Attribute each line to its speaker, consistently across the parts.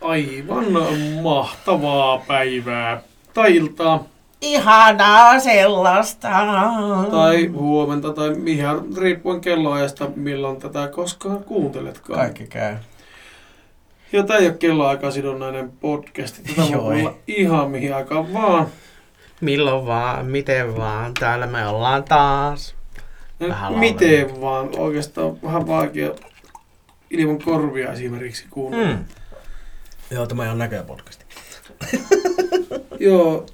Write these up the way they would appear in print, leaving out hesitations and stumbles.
Speaker 1: Aivan mahtavaa päivää tai iltaa.
Speaker 2: Ihanaa sellaista.
Speaker 1: Tai huomenta tai ihan riippuen kelloajasta, milloin tätä koskaan kuunteletkaan.
Speaker 2: Kaikki käy.
Speaker 1: Ja tää ei ole kelloaikasidonnainen podcast. Tätä voi olla ihan mihin aikaan vaan.
Speaker 2: Milloin vaan, miten vaan. Täällä me ollaan taas.
Speaker 1: Miten vaan. Oikeastaan vähän vaikea ilman korvia esimerkiksi kuunnella.
Speaker 2: Joo, tämä on näköpodcasti.
Speaker 1: Joo,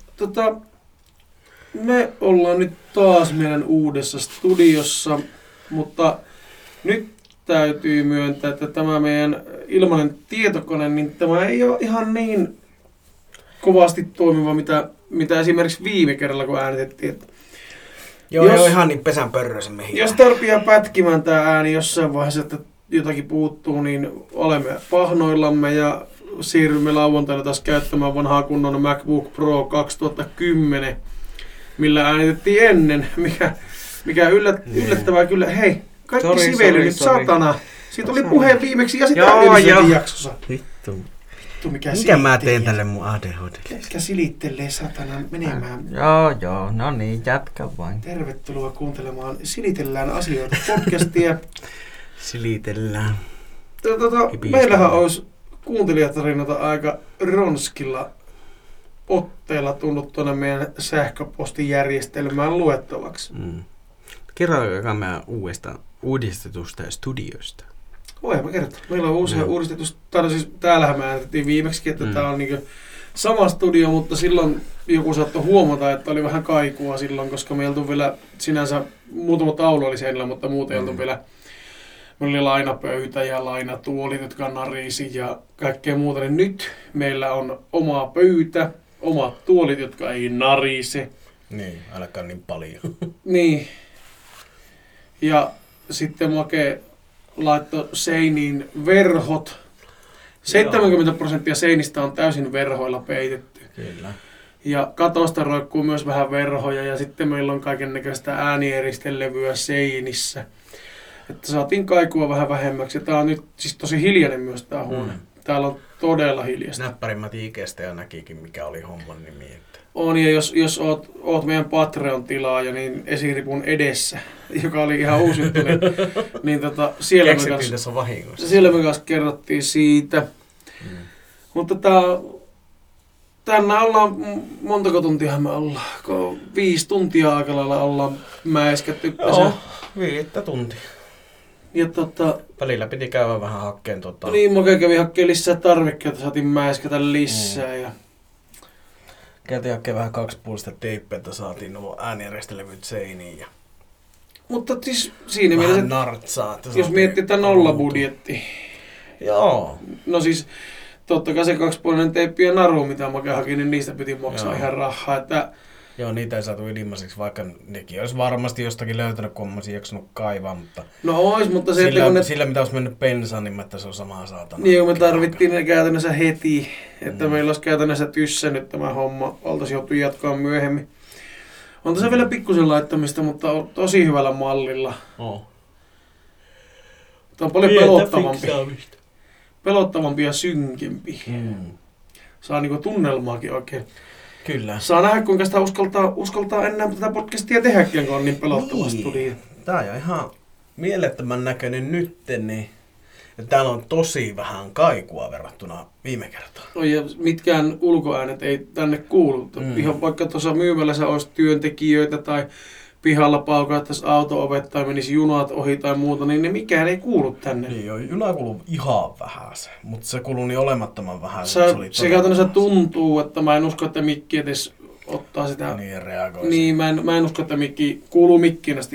Speaker 1: me ollaan nyt taas meidän uudessa studiossa, mutta nyt täytyy myöntää, että tämä meidän ilmainen tietokone, niin tämä ei ole ihan niin kovasti toimiva, mitä esimerkiksi viime kerralla, kun äänitettiin.
Speaker 2: Joo, ei ole ihan niin pesänpörröisen mihin.
Speaker 1: Jos tarvitsee pätkimään tämä ääni jossain vaiheessa, että jotakin puuttuu, niin olemme pahnoillamme ja siirrymme lauantaina taas käyttämään vanhaa kunnon MacBook Pro 2010, millä äänitettiin ennen, mikä yllättävää kyllä. Hei, kaikki siveily nyt satana. Siitä oli puhe viimeksi ja sitä edellisessä jaksossa.
Speaker 2: Vittu.
Speaker 1: Mikä
Speaker 2: mä teen tälle mun ADHD?
Speaker 1: Ketkä silittelee satana menemään?
Speaker 2: Joo, no niin, jatka vain.
Speaker 1: Tervetuloa kuuntelemaan Silitellään asioita podcastia.
Speaker 2: Silitellään.
Speaker 1: Meillähän olisi kuuntelijatarinoita aika ronskilla otteella tullut tuonne meidän sähköpostijärjestelmään luettavaksi.
Speaker 2: Kerrotaanko meidän uudistetusta studiosta?
Speaker 1: Voihan mä kertoa. Meillä on uusia uudistetusta. Siis täällähän me äänetettiin viimeksi, että tää on niinku sama studio, mutta silloin joku saattoi huomata, että oli vähän kaikua silloin, koska me ei oltu vielä sinänsä, muutama taulu oli seinällä, mutta muuten ei oltu vielä. Meillä oli lainapöytä ja lainatuolit, jotka narisi ja kaikkea muuta. Niin nyt meillä on oma pöytä, omat tuolit, jotka ei narise.
Speaker 2: Niin, ainakaan niin paljon.
Speaker 1: Niin. Ja sitten Make laittoi seiniin verhot. 70% seinistä on täysin verhoilla peitetty.
Speaker 2: Kyllä.
Speaker 1: Ja katosta roikkuu myös vähän verhoja ja sitten meillä on kaikennäköistä äänieristeleilyä seinissä. Että saatiin kaikua vähän vähemmäksi. Ja tää on nyt siis tosi hiljainen myös tää huone. Täällä on todella hiljasta.
Speaker 2: Näppärimmät Ikestä ja näkikin mikä oli homman nimi. Että.
Speaker 1: On ja jos oot meidän Patreon-tilaaja, niin esiripun edessä, joka oli ihan uusi juttu, niin siellä me kanssa kerrottiin siitä. Mutta tänään ollaan, montako tuntia me ollaan? 5 tuntia aika lailla ollaan mäiskätty.
Speaker 2: Joo, 5 tuntia.
Speaker 1: Ja
Speaker 2: välillä piti käydä vähän hakkeen
Speaker 1: Niin, Make kävi hakkeen lisää tarvikkeita, saatiin mäiskätä lisää. Ja
Speaker 2: käytiin hakkeen vähän 2,5 teippiä, että saatiin nuo äänijärjestelevyt seiniin.
Speaker 1: Mutta siis siinä mielessä,
Speaker 2: nartsaa,
Speaker 1: jos miettii tätä nollabudjetti.
Speaker 2: Joo.
Speaker 1: No siis totta kai se 2,5 teippi ja naru, mitä Make haki, niin niistä piti maksaa ihan rahaa. Että
Speaker 2: joo, niitä ei saatu ilmaiseksi, vaikka nekin olisi varmasti jostakin löytänyt, kun olisin jaksanut kaivaa, mutta
Speaker 1: no ois, mutta se,
Speaker 2: sillä mitä olisi mennyt bensaan, niin että se on samaa saatana.
Speaker 1: Niin, me tarvittiin ne käytännössä heti, että meillä olisi käytännössä tyssännyt tämä homma, oltaisiin joutu jatkaa myöhemmin. On tässä vielä pikkusen laittamista, mutta on tosi hyvällä mallilla. Tämä on paljon pelottavampi ja synkempi. Saa niinku tunnelmaakin oikein.
Speaker 2: Kyllä.
Speaker 1: Saa nähdä, kuinka sitä uskaltaa enää tätä podcastia tehdäkin, kun on niin pelottava studio.
Speaker 2: Tää on ihan mielettömän näköinen nytten, niin täällä on tosi vähän kaikua verrattuna viime kertaan.
Speaker 1: No ja mitkään ulkoäänet ei tänne kuulu. Ihan vaikka tuossa myymälässä olisi työntekijöitä tai pihalla paukattaisi auto-ovet tai menisi junat ohi tai muuta, niin ne mikään ei kuulu tänne.
Speaker 2: Niin joo, juna kuuluu ihan vähän se, mutta se kuuluu niin olemattoman vähän.
Speaker 1: Se käytännössä tuntuu, että mä en usko, että mikki edes ottaa sitä.
Speaker 2: Niin reagoi.
Speaker 1: Niin, mä en usko, että mikki kuuluu mikkiin asti.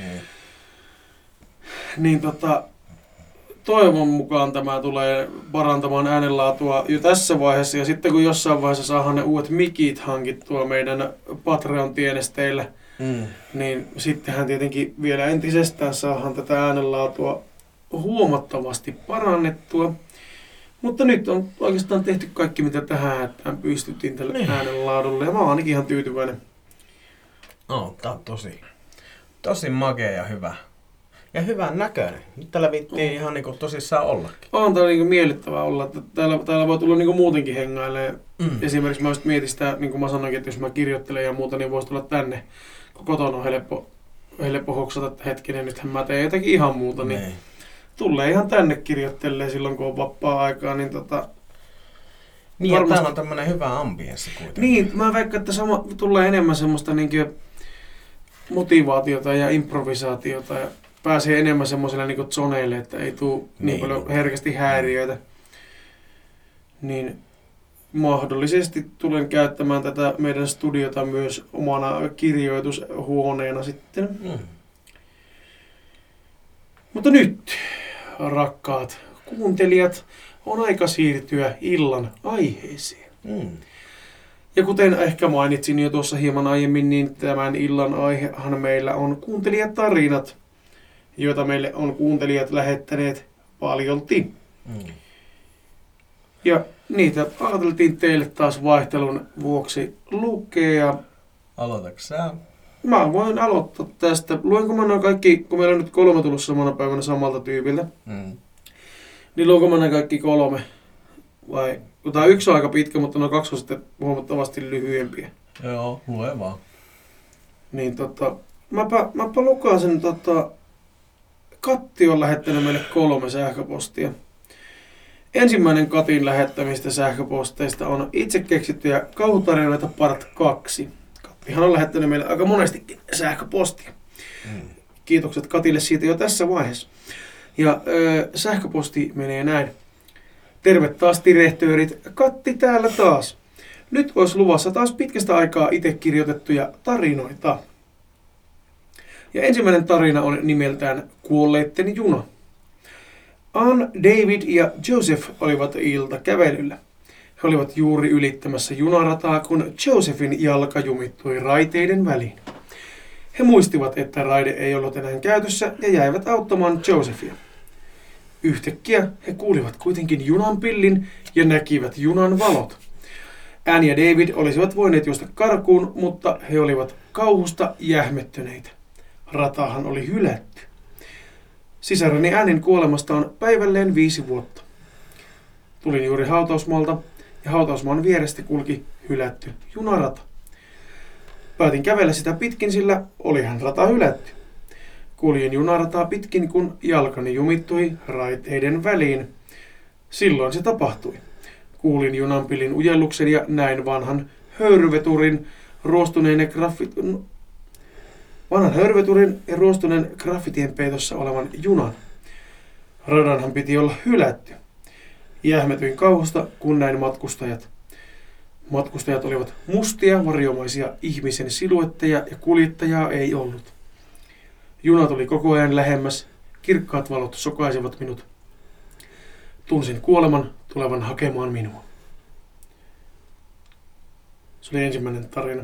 Speaker 1: Niin toivon mukaan tämä tulee parantamaan äänenlaatua jo tässä vaiheessa. Ja sitten kun jossain vaiheessa saadaan ne uudet mikit hankittua meidän Patreon-tienesteillä, niin sittenhän tietenkin vielä entisestään saadaan tätä äänenlaatua huomattavasti parannettua. Mutta nyt on oikeastaan tehty kaikki, mitä tähän hätään pystyttiin tälle äänenlaadulle. Ja mä oon ainakin ihan tyytyväinen.
Speaker 2: No, tää on tosi makea ja hyvä. Ja hyvän näköinen. Nyt täällä viittiin ihan niinku tosissaan ollakin.
Speaker 1: On täällä niinku miellyttävää olla. Että täällä voi tulla niinku muutenkin hengailemaan. Esimerkiksi mä just mietin sitä, niin kuin mä sanoinkin, että jos mä kirjoittelen ja muuta, niin voisi tulla tänne. Kun kotona on helppo hoksata, että hetkinen, nythän mä teen jotakin ihan muuta. Niin tulee ihan tänne kirjoittelee silloin, kun on vapaa-aikaa. Niin
Speaker 2: niin, varmasti... täällä on tämmönen hyvä ambienssi kuitenkin.
Speaker 1: Niin, mä veikkaan, että tulee enemmän semmoista niinkö motivaatiota ja improvisaatiota ja pääsee enemmän semmoiselle niinku zoneille, että ei tule niin paljon herkästi häiriöitä. Niin mahdollisesti tulen käyttämään tätä meidän studiota myös omana kirjoitushuoneena sitten. Mutta nyt, rakkaat kuuntelijat, on aika siirtyä illan aiheeseen. Ja kuten ehkä mainitsin jo tuossa hieman aiemmin, niin tämän illan aihehan meillä on kuuntelijatarinat, joita meille on kuuntelijat lähettäneet paljolti. Ja niitä ajateltiin teille taas vaihtelun vuoksi lukea.
Speaker 2: Aloitatko sä?
Speaker 1: Mä voin aloittaa tästä. Luenko mä nämä kaikki, kun meillä on nyt 3 tullut samana päivänä samalta tyypiltä. Niin luenko mä nämä kaikki 3? Vai, kun tää 1 on aika pitkä, mutta nämä 2 on sitten huomattavasti lyhyempiä.
Speaker 2: Joo, lue vaan.
Speaker 1: Niin mäpä lukaan sen Katti on lähettänyt meille 3 sähköpostia. Ensimmäinen Katin lähettämistä sähköposteista on itse keksittyjä kauhutarinoita part 2. Kattihan on lähettänyt meille aika monestikin sähköpostia. Kiitokset Katille siitä jo tässä vaiheessa. Ja sähköposti menee näin. Terve taas direhtöörit, Katti täällä taas. Nyt olisi luvassa taas pitkästä aikaa itse kirjoitettuja tarinoita. Ja ensimmäinen tarina on nimeltään Kuolleitten juna. Ann, David ja Joseph olivat iltakävelyllä. He olivat juuri ylittämässä junarataa, kun Josephin jalka jumittui raiteiden väliin. He muistivat, että raide ei ollut enää käytössä ja jäivät auttamaan Josephia. Yhtäkkiä he kuulivat kuitenkin junan pillin ja näkivät junan valot. Ann ja David olisivat voineet juosta karkuun, mutta he olivat kauhusta jähmettyneitä. Ratahan oli hylätty. Sisareni Annin kuolemasta on päivälleen 5 vuotta. Tulin juuri hautausmaalta ja hautausmaan vierestä kulki hylätty junarata. Päätin kävellä sitä pitkin, sillä olihan rata hylätty. Kuljin junarataa pitkin, kun jalkani jumittui raiteiden väliin. Silloin se tapahtui. Kuulin junanpillin ujelluksen ja näin vanhan höyryveturin ja ruostuneen graffitien peitossa olevan junan. Radanhan piti olla hylätty. Jähmetyin kauhusta, kun näin matkustajat. Matkustajat olivat mustia, varjomaisia ihmisen siluetteja ja kuljettajaa ei ollut. Juna tuli koko ajan lähemmäs, kirkkaat valot sokaisivat minut. Tunsin kuoleman tulevan hakemaan minua. Se oli ensimmäinen tarina.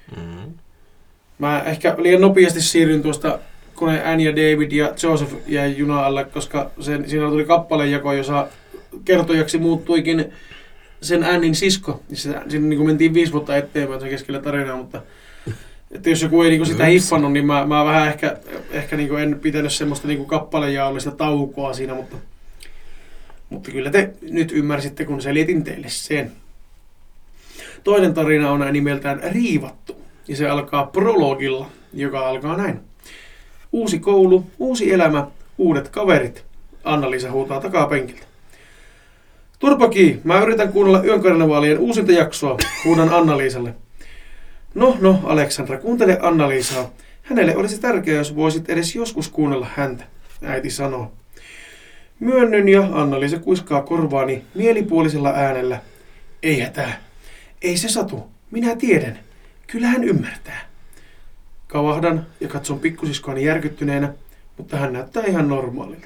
Speaker 1: Mä ehkä liian nopeasti siirryn tuosta, kun Ann ja David ja Joseph jäi juna alle, koska siinä tuli kappalejako, jossa kertojaksi muuttuikin sen Annin sisko. Siinä niin mentiin 5 vuotta eteenpäin sen keskellä tarinaa, mutta että jos joku ei niin sitä hiffannut, niin mä vähän ehkä niin en pitänyt semmoista niin kappalejaollista taukoa siinä, mutta kyllä te nyt ymmärsitte, kun selitin teille sen. Toinen tarina on nimeltään Riivattu, ja se alkaa prologilla, joka alkaa näin. Uusi koulu, uusi elämä, uudet kaverit. Anna-Liisa huutaa takapenkiltä. Turpaki, mä yritän kuunnella Yönkarnevaalien uusinta jaksoa, huudan Anna-Liisalle. No, Aleksandra, kuuntele Anna-Liisaa. Hänelle olisi tärkeää, jos voisit edes joskus kuunnella häntä, äiti sanoo. Myönnyn ja Anna-Liisa kuiskaa korvaani mielipuolisella äänellä. Ei hätää. Ei se satu. Minä tiedän. Kyllä hän ymmärtää. Kavahdan ja katson pikkusiskoani järkyttyneenä, mutta hän näyttää ihan normaalilta.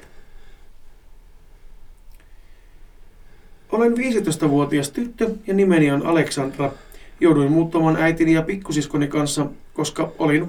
Speaker 1: Olen 15-vuotias tyttö ja nimeni on Aleksandra. Jouduin muuttamaan äitini ja pikkusiskoni kanssa, koska olin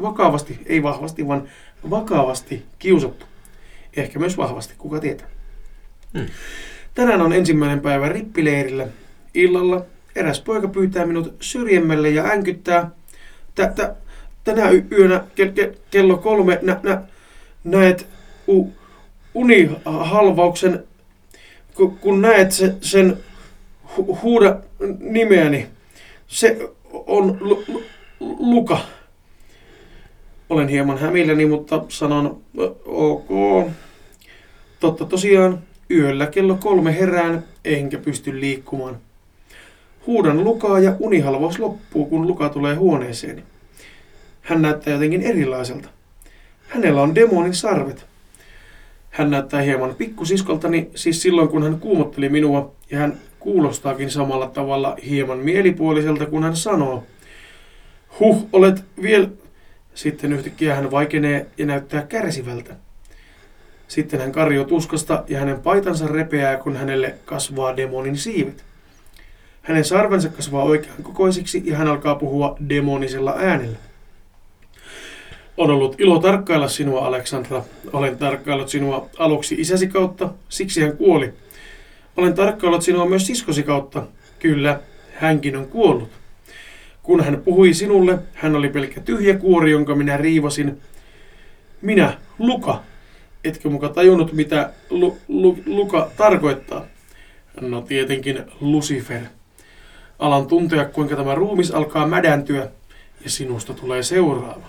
Speaker 1: vakavasti kiusattu. Ehkä myös vahvasti, kuka tietää. Tänään on ensimmäinen päivä rippileirillä. Illalla eräs poika pyytää minut syrjemmälle ja änkyttää. Tänä yönä kello 3 näet unihalvauksen, kun näet sen huuda nimeäni. Se on Luka. Olen hieman hämilläni, mutta sanon ok. Totta tosiaan, yöllä kello 3 herään, enkä pysty liikkumaan. Huudan Lukaa ja unihalvaus loppuu, kun Luka tulee huoneeseeni. Hän näyttää jotenkin erilaiselta. Hänellä on demonin sarvet. Hän näyttää hieman pikkusiskoltani, siis silloin kun hän kuumotteli minua, ja hän kuulostaakin samalla tavalla hieman mielipuoliselta, kun hän sanoo. Olet vielä... Sitten yhtäkkiä hän vaikenee ja näyttää kärsivältä. Sitten hän karjoo tuskasta ja hänen paitansa repeää, kun hänelle kasvaa demonin siivet. Hänen sarvensa kasvaa oikean kokoisiksi ja hän alkaa puhua demonisella äänellä. On ollut ilo tarkkailla sinua, Aleksandra. Olen tarkkaillut sinua aluksi isäsi kautta, siksi hän kuoli. Olen tarkkaillut sinua myös siskosi kautta. Kyllä, hänkin on kuollut. Kun hän puhui sinulle, hän oli pelkkä tyhjä kuori, jonka minä riivasin. Minä, Luka. Etkö muka tajunnut, mitä Luka tarkoittaa? No tietenkin Lucifer. Alan tuntea, kuinka tämä ruumis alkaa mädäntyä ja sinusta tulee seuraava.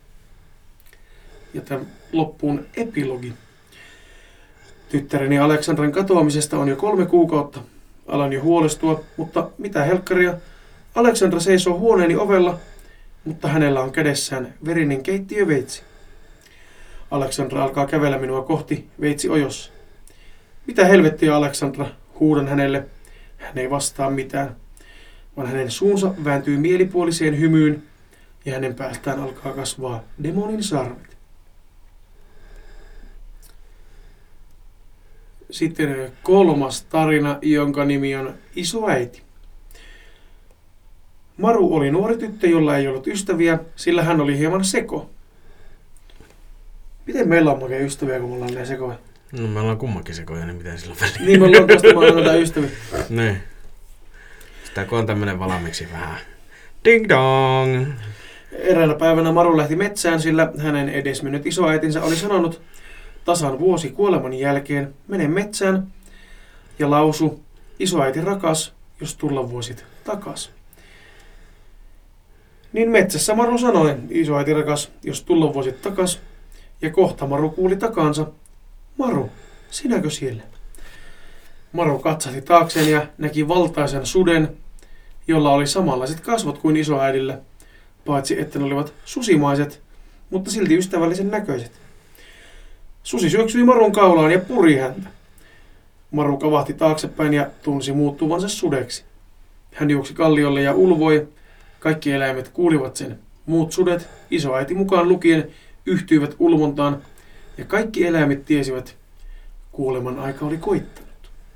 Speaker 1: Ja tämän loppuun epilogi. Tyttäreni Aleksandran katoamisesta on jo 3 kuukautta. Alan jo huolestua, mutta mitä helkkaria? Aleksandra seisoo huoneeni ovella, mutta hänellä on kädessään verinen keittiöveitsi. Aleksandra alkaa kävellä minua kohti, veitsi ojossa. Mitä helvettiä, Aleksandra? Huudan hänelle. Hän ei vastaa mitään, vaan hänen suunsa vääntyy mielipuoliseen hymyyn ja hänen päästään alkaa kasvaa demonin sarvet. Sitten 3. tarina, jonka nimi on Isoäiti. Maru oli nuori tyttö, jolla ei ollut ystäviä, sillä hän oli hieman seko. Miten meillä on oikein ystäviä, kun me ollaan näin sekoja?
Speaker 2: No me ollaan kummankin sekoja, niin miten sillä väliin?
Speaker 1: Niin, me ollaan tosta näitä ystäviä.
Speaker 2: Niin. Sitä kun on tämmönen valmiiksi vähän ding dong.
Speaker 1: Eräänä päivänä Maru lähti metsään, sillä hänen edesmennyt isoäitinsä oli sanonut tasan vuosi kuoleman jälkeen, mene metsään ja lausu, isoäiti rakas, jos tulla voisit takas. Niin metsässä Maru sanoi, isoäiti rakas, jos tulla voisit takas, ja kohta Maru kuuli takaansa, Maru, sinäkö siellä? Maru katsahti taakseen ja näki valtaisen suden, jolla oli samanlaiset kasvot kuin isoäidillä, paitsi että ne olivat susimaiset, mutta silti ystävällisen näköiset. Susi syöksyi Marun kaulaan ja puri häntä. Maru kavahti taaksepäin ja tunsi muuttuvansa sudeksi. Hän juoksi kalliolle ja ulvoi. Kaikki eläimet kuulivat sen. Muut sudet, isoäiti mukaan lukien, yhtyivät ulvontaan ja kaikki eläimet tiesivät, kuoleman aika oli koittanut.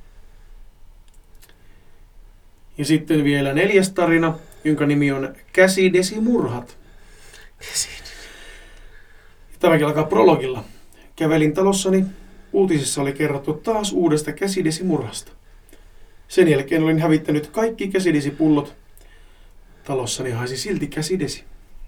Speaker 1: Ja sitten vielä 4. tarina, jonka nimi on Käsidesimurhat. Tämäkin alkaa prologilla. Kävelin talossani. Uutisissa oli kerrottu taas uudesta käsidesimurhasta. Sen jälkeen olin hävittänyt kaikki käsidesipullot. Talossani haisi silti käsidesi.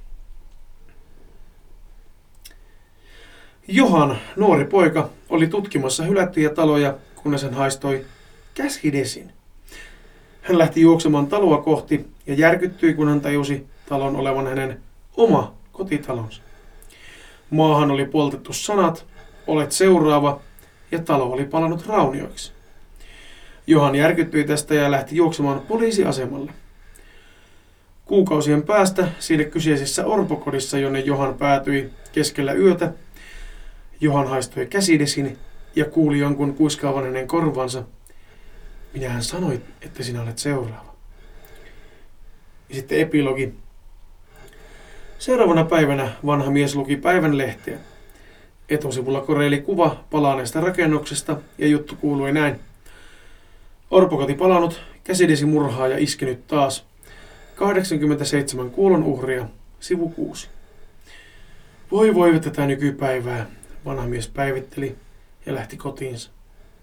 Speaker 1: Johan, nuori poika, oli tutkimassa hylättyjä taloja, kunnes hän haistoi käsidesin. Hän lähti juoksemaan taloa kohti ja järkyttyi, kun hän tajusi talon olevan hänen oma kotitalonsa. Maahan oli poltettu sanat, olet seuraava, ja talo oli palannut raunioiksi. Johan järkyttyi tästä ja lähti juoksemaan poliisiasemalle. Kuukausien päästä siinä kyseisessä orpokodissa, jonne Johan päätyi keskellä yötä, Johan haistoi käsidesin ja kuuli jonkun kuiskaavan hänen korvansa. Minähän sanoin, että sinä olet seuraava. Ja sitten epilogi. Seuraavana päivänä vanha mies luki päivänlehteä. Etusivulla koreili kuva palaneesta rakennuksesta ja juttu kuului näin. Orpokoti palannut, käsidesimurhaa ja iskenyt taas. 87 kuolonuhria, sivu 6. Voi tätä nykypäivää, vanha mies päivitteli ja lähti kotiinsa.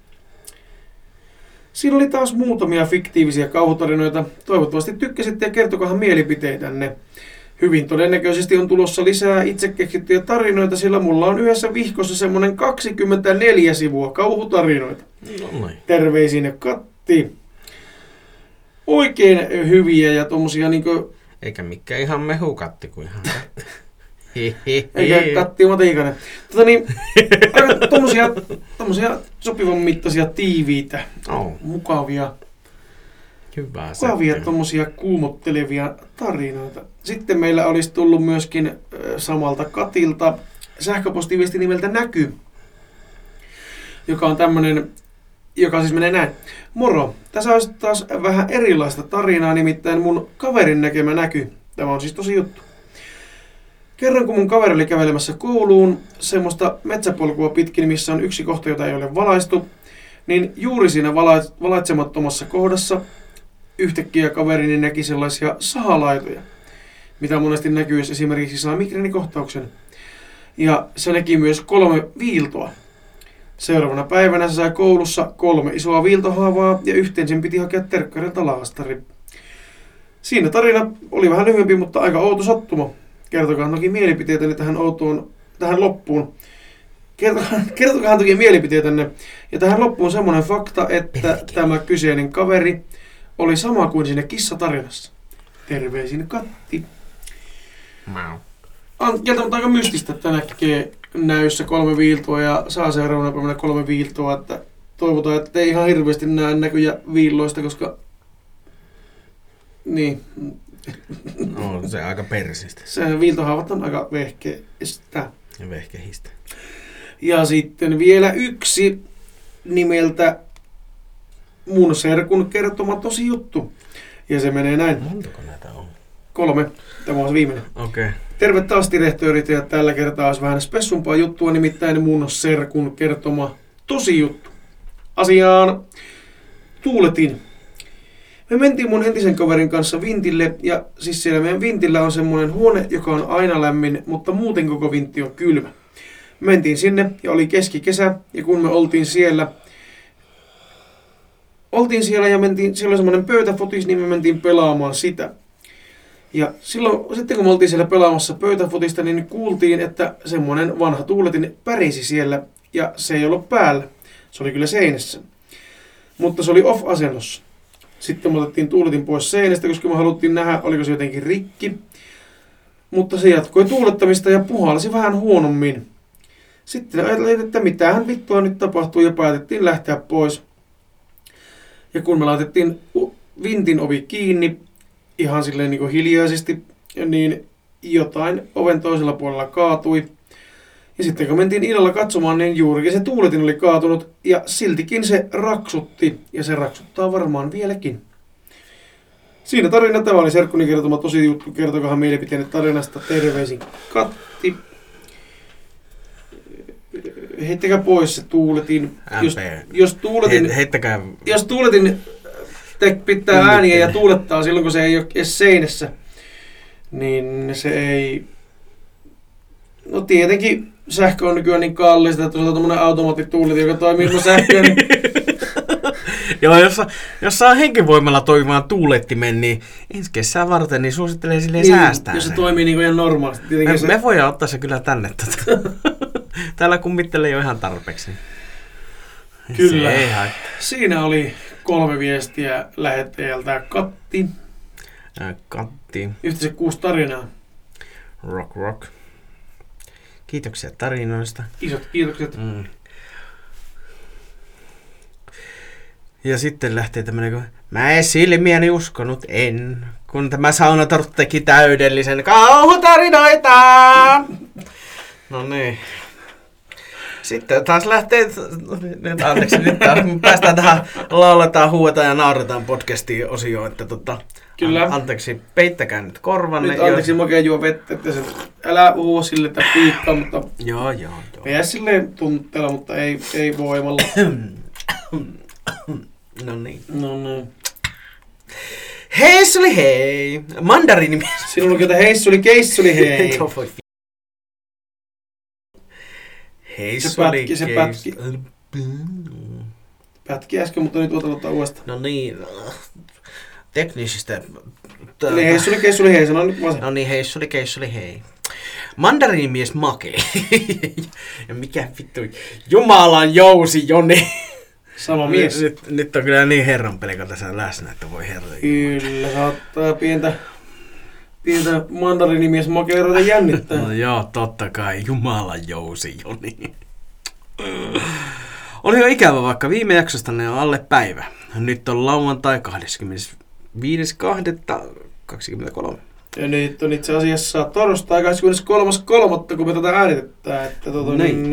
Speaker 1: Siinä oli taas muutamia fiktiivisiä kauhutarinoita. Toivottavasti tykkäsitte ja kertokahan mielipiteitänne. Hyvin todennäköisesti on tulossa lisää itse keksittyjä tarinoita, sillä mulla on yhdessä vihkossa semmonen 24 sivua kauhutarinoita.
Speaker 2: No noin.
Speaker 1: Terveisin Katti. Oikein hyviä ja tommosia niinku...
Speaker 2: Eikä mikään ihan mehukatti kuin ihan katti.
Speaker 1: Eikä Katti Matikainen. Aika tommosia sopivan mittaisia, tiiviitä, mukavia tommosia kuumottelevia tarinoita. Sitten meillä olisi tullut myöskin samalta Katilta sähköpostiviesti nimeltä Näky, joka on tämmönen, joka siis menee näin. Moro, tässä olisi taas vähän erilaista tarinaa, nimittäin mun kaverin näkemä näky. Tämä on siis tosi juttu. Kerran kun mun kaveri oli kävelemässä kouluun semmoista metsäpolkua pitkin, missä on yksi kohta, jota ei ole valaistu, niin juuri siinä valaitsemattomassa kohdassa yhtäkkiä kaverini näki sellaisia sahalaitoja, mitä monesti näkyy, jos esimerkiksi saa migreenikohtauksen. Ja se näki myös 3 viiltoa. Seuraavana päivänä se sai koulussa 3 isoa viiltohaavaa ja yhteen sen piti hakea terkkarilta laastari. Siinä tarina oli vähän lyhyempi, mutta aika outo sattuma. Kertokaa toki mielipiteitänne tähän loppuun. Kertokaa toki mielipiteitänne. Ja tähän loppuun semmoinen fakta, että tämä kyseinen kaveri oli sama kuin siinä kissatarinassa. Terveisin Katti. On kieltämättä aika mystistä, että näkee näyssä 3 viiltoa ja saa seuraavana päivänä 3 viiltoa. Että toivotaan, että ei ihan hirveästi näe näkyjä viilloista, koska... Niin.
Speaker 2: No, se aika persistä.
Speaker 1: Se viiltohaavat on aika vehkeistä.
Speaker 2: Ja vehkehistä.
Speaker 1: Ja sitten vielä yksi nimeltä mun serkun kertoma tosi juttu. Ja se menee näin.
Speaker 2: Montako näitä on?
Speaker 1: 3. Tämä on se viimeinen.
Speaker 2: Okei. Okay.
Speaker 1: Terve taas direhtöörit ja tällä kertaa olisi vähän spessumpaa juttua, nimittäin mun serkun kertoma tosi juttu. Asiaan tuuletin. Me mentiin mun entisen kaverin kanssa vintille ja siis siellä meidän vintillä on semmoinen huone, joka on aina lämmin, mutta muuten koko vintti on kylmä. Mentiin sinne ja oli keskikesä ja kun me oltiin siellä ja siellä oli semmoinen pöytäfotis, niin me mentiin pelaamaan sitä. Ja silloin, sitten kun me oltiin siellä pelaamassa pöytäfotista, niin kuultiin, että semmoinen vanha tuuletin pärisi siellä ja se ei ollut päällä. Se oli kyllä seinässä. Mutta se oli off-asennossa. Sitten me otettiin tuuletin pois seinästä, koska me haluttiin nähdä, oliko se jotenkin rikki. Mutta se jatkoi tuulettamista ja puhalsi vähän huonommin. Sitten ajattelin, että mitähän vittua nyt tapahtuu ja päätettiin lähteä pois. Ja kun me laitettiin vintin ovi kiinni, ihan silleen niin kuin hiljaisesti, niin jotain oven toisella puolella kaatui. Ja sitten kun mentiin illalla katsomaan, niin juurikin se tuuletin oli kaatunut ja siltikin se raksutti. Ja se raksuttaa varmaan vieläkin. Siinä tarina. Tämä oli serkkuni kertoma tosi juttu. Kertokahan mielipiteenne tarinasta. Terveisin Katti. Heittäkää pois se tuuletin. Jos tuuletin pitää ääniä ja tuulettaa silloin, kun se ei ole edes seinässä, niin se ei... No tietenkin sähkö on nykyään niin kallista, että jos on tommonen automaattituuletin, joka toimii ilman sähköä, niin...
Speaker 2: Joo, jos saa henkivoimalla toimimaan tuulettimen, niin ensi kesää varten niin suosittelee silleen niin, säästää.
Speaker 1: Jos se toimii niin kuin ihan normaalisti.
Speaker 2: Me voidaan ottaa se kyllä tänne. Täällä kummittelee jo ihan tarpeeksi.
Speaker 1: Kyllä. Siinä oli 3 viestiä lähettäjältä Katti.
Speaker 2: Katti.
Speaker 1: Yhteensä 6 tarinaa.
Speaker 2: Rock. Kiitoksia tarinoista.
Speaker 1: Isot kiitokset.
Speaker 2: Ja sitten lähtee tämmönen, kun mä en silmiäni uskonut, kun tämä saunatorttu teki täydellisen kauhutarinoita. No niin. Sitten taas lähtee, anteeksi, nyt taas päästään tähän lauletaan, huuetaan ja nauretaan podcastiin osioon, että
Speaker 1: Kyllä.
Speaker 2: Anteeksi, peittäkää nyt korvanne.
Speaker 1: Nyt anteeksi, mä oikein juo vettä, että se, älä huo sille, että piikkaa, mutta...
Speaker 2: Joo.
Speaker 1: Pidä silleen tunteella, mutta ei voimalla.
Speaker 2: No niin.
Speaker 1: Heissuli hei!
Speaker 2: Mandariinimies.
Speaker 1: Sinulla on jotain heissuli keissuli hei!
Speaker 2: Heissuli
Speaker 1: se pätki äsken, mutta nyt ottaa uudestaan.
Speaker 2: No niin. Teknisistä
Speaker 1: Eli heissuli, keissuli, hei, sano nyt vasen.
Speaker 2: No niin, heissuli, keissuli, hei. Mandariinimies Make. Ja mikä vittu, Jumalan jousi Joni.
Speaker 1: Sama mies.
Speaker 2: Nyt on kyllä niin herran peli, kun tässä läsnä, että voi herra.
Speaker 1: Kyllä, saattaa pientä mandariinimies Makea ruveta jännittää.
Speaker 2: No joo, totta kai, Jumalan jousi Joni. Oli jo ikävä, vaikka viime jaksosta ne on alle päivä. Nyt on lauantai 25.2.23.
Speaker 1: Ja nyt on itse asiassa torstai 23.3. kun me tätä äänitetään. Että
Speaker 2: Niin.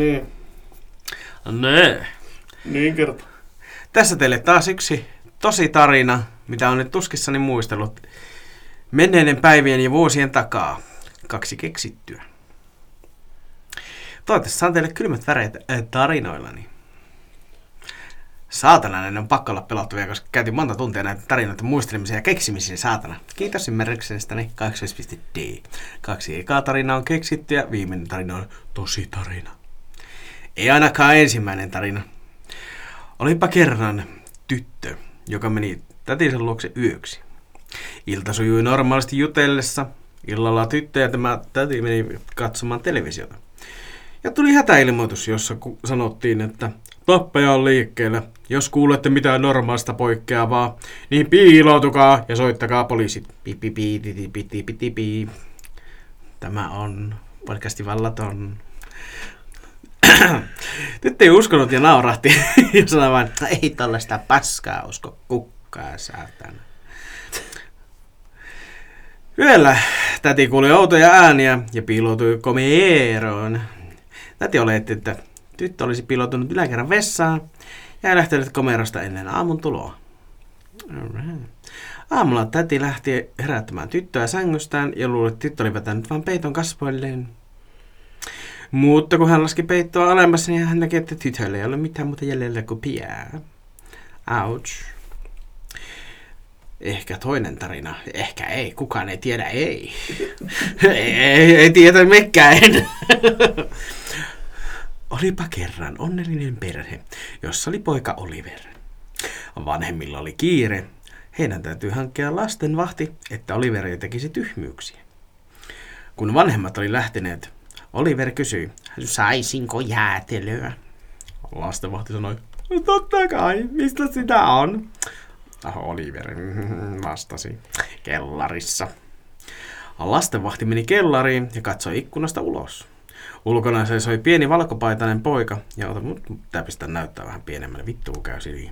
Speaker 1: Niin kerta.
Speaker 2: Tässä teille taas yksi tosi tarina, mitä on nyt tuskissani muistellut menneiden päivien ja vuosien takaa. 2 keksittyä. Toivottavasti saan teille kylmät väreet tarinoillani. Saatana, ne on pakko olla pelottavia, koska käytin monta tuntia näitä tarinoita muistelemisen ja keksimisen, saatana. Kiitos ymmärryksestäni, 2.d. 2 ekaa tarinaa on keksitty ja viimeinen tarina on tosi tarina. Ei ainakaan ensimmäinen tarina. Olipa kerran tyttö, joka meni tätinsä luokse yöksi. Ilta sujui normaalisti jutellessa. Illalla tyttö ja tämä täti meni katsomaan televisiota. Ja tuli hätäilmoitus, jossa sanottiin, että tappaja on liikkeellä. Jos kuulette mitään normaalista poikkeavaa, niin piiloutukaa ja soittakaa poliisit. Pi. Tämä on podcasti vallaton. Tyttö ei uskonut ja naurahti ja sanoi vain, että ei tollaista paskaa usko kukkaa, saatana. Yöllä täti kuuli outoja ääniä ja piiloutui komeeroon. Täti oletti, että tyttö olisi piiloutunut yläkerran vessaan ja lähtenyt komerosta ennen aamun tuloa. Aamulla täti lähti herättämään tyttöä sängystään ja luuli, että tyttö oli vetänyt vain peiton kasvoilleen. Mutta kun hän laski peittoa alemmas, niin hän näki, että tytöllä ei ole mitään muuta jäljellä kuin pää. Ouch. Ehkä toinen tarina. Ehkä ei. Kukaan ei tiedä. Ei. ei tiedä mekään. Olipa kerran onnellinen perhe, jossa oli poika Oliver. Vanhemmilla oli kiire. Heidän täytyy hankkia lastenvahti, että Oliver ei tekisi tyhmyyksiä. Kun vanhemmat oli lähteneet, Oliver kysyi, saisinko jäätelöä? Lastenvahti sanoi, totta kai, mistä sitä on? Oliver vastasi, kellarissa. Lastenvahti meni kellariin ja katsoi ikkunasta ulos. Ulkona seisoi pieni valkopaitainen poika, ja pitää pistää näyttää vähän pienemmälle, vittu kun käy silmiin.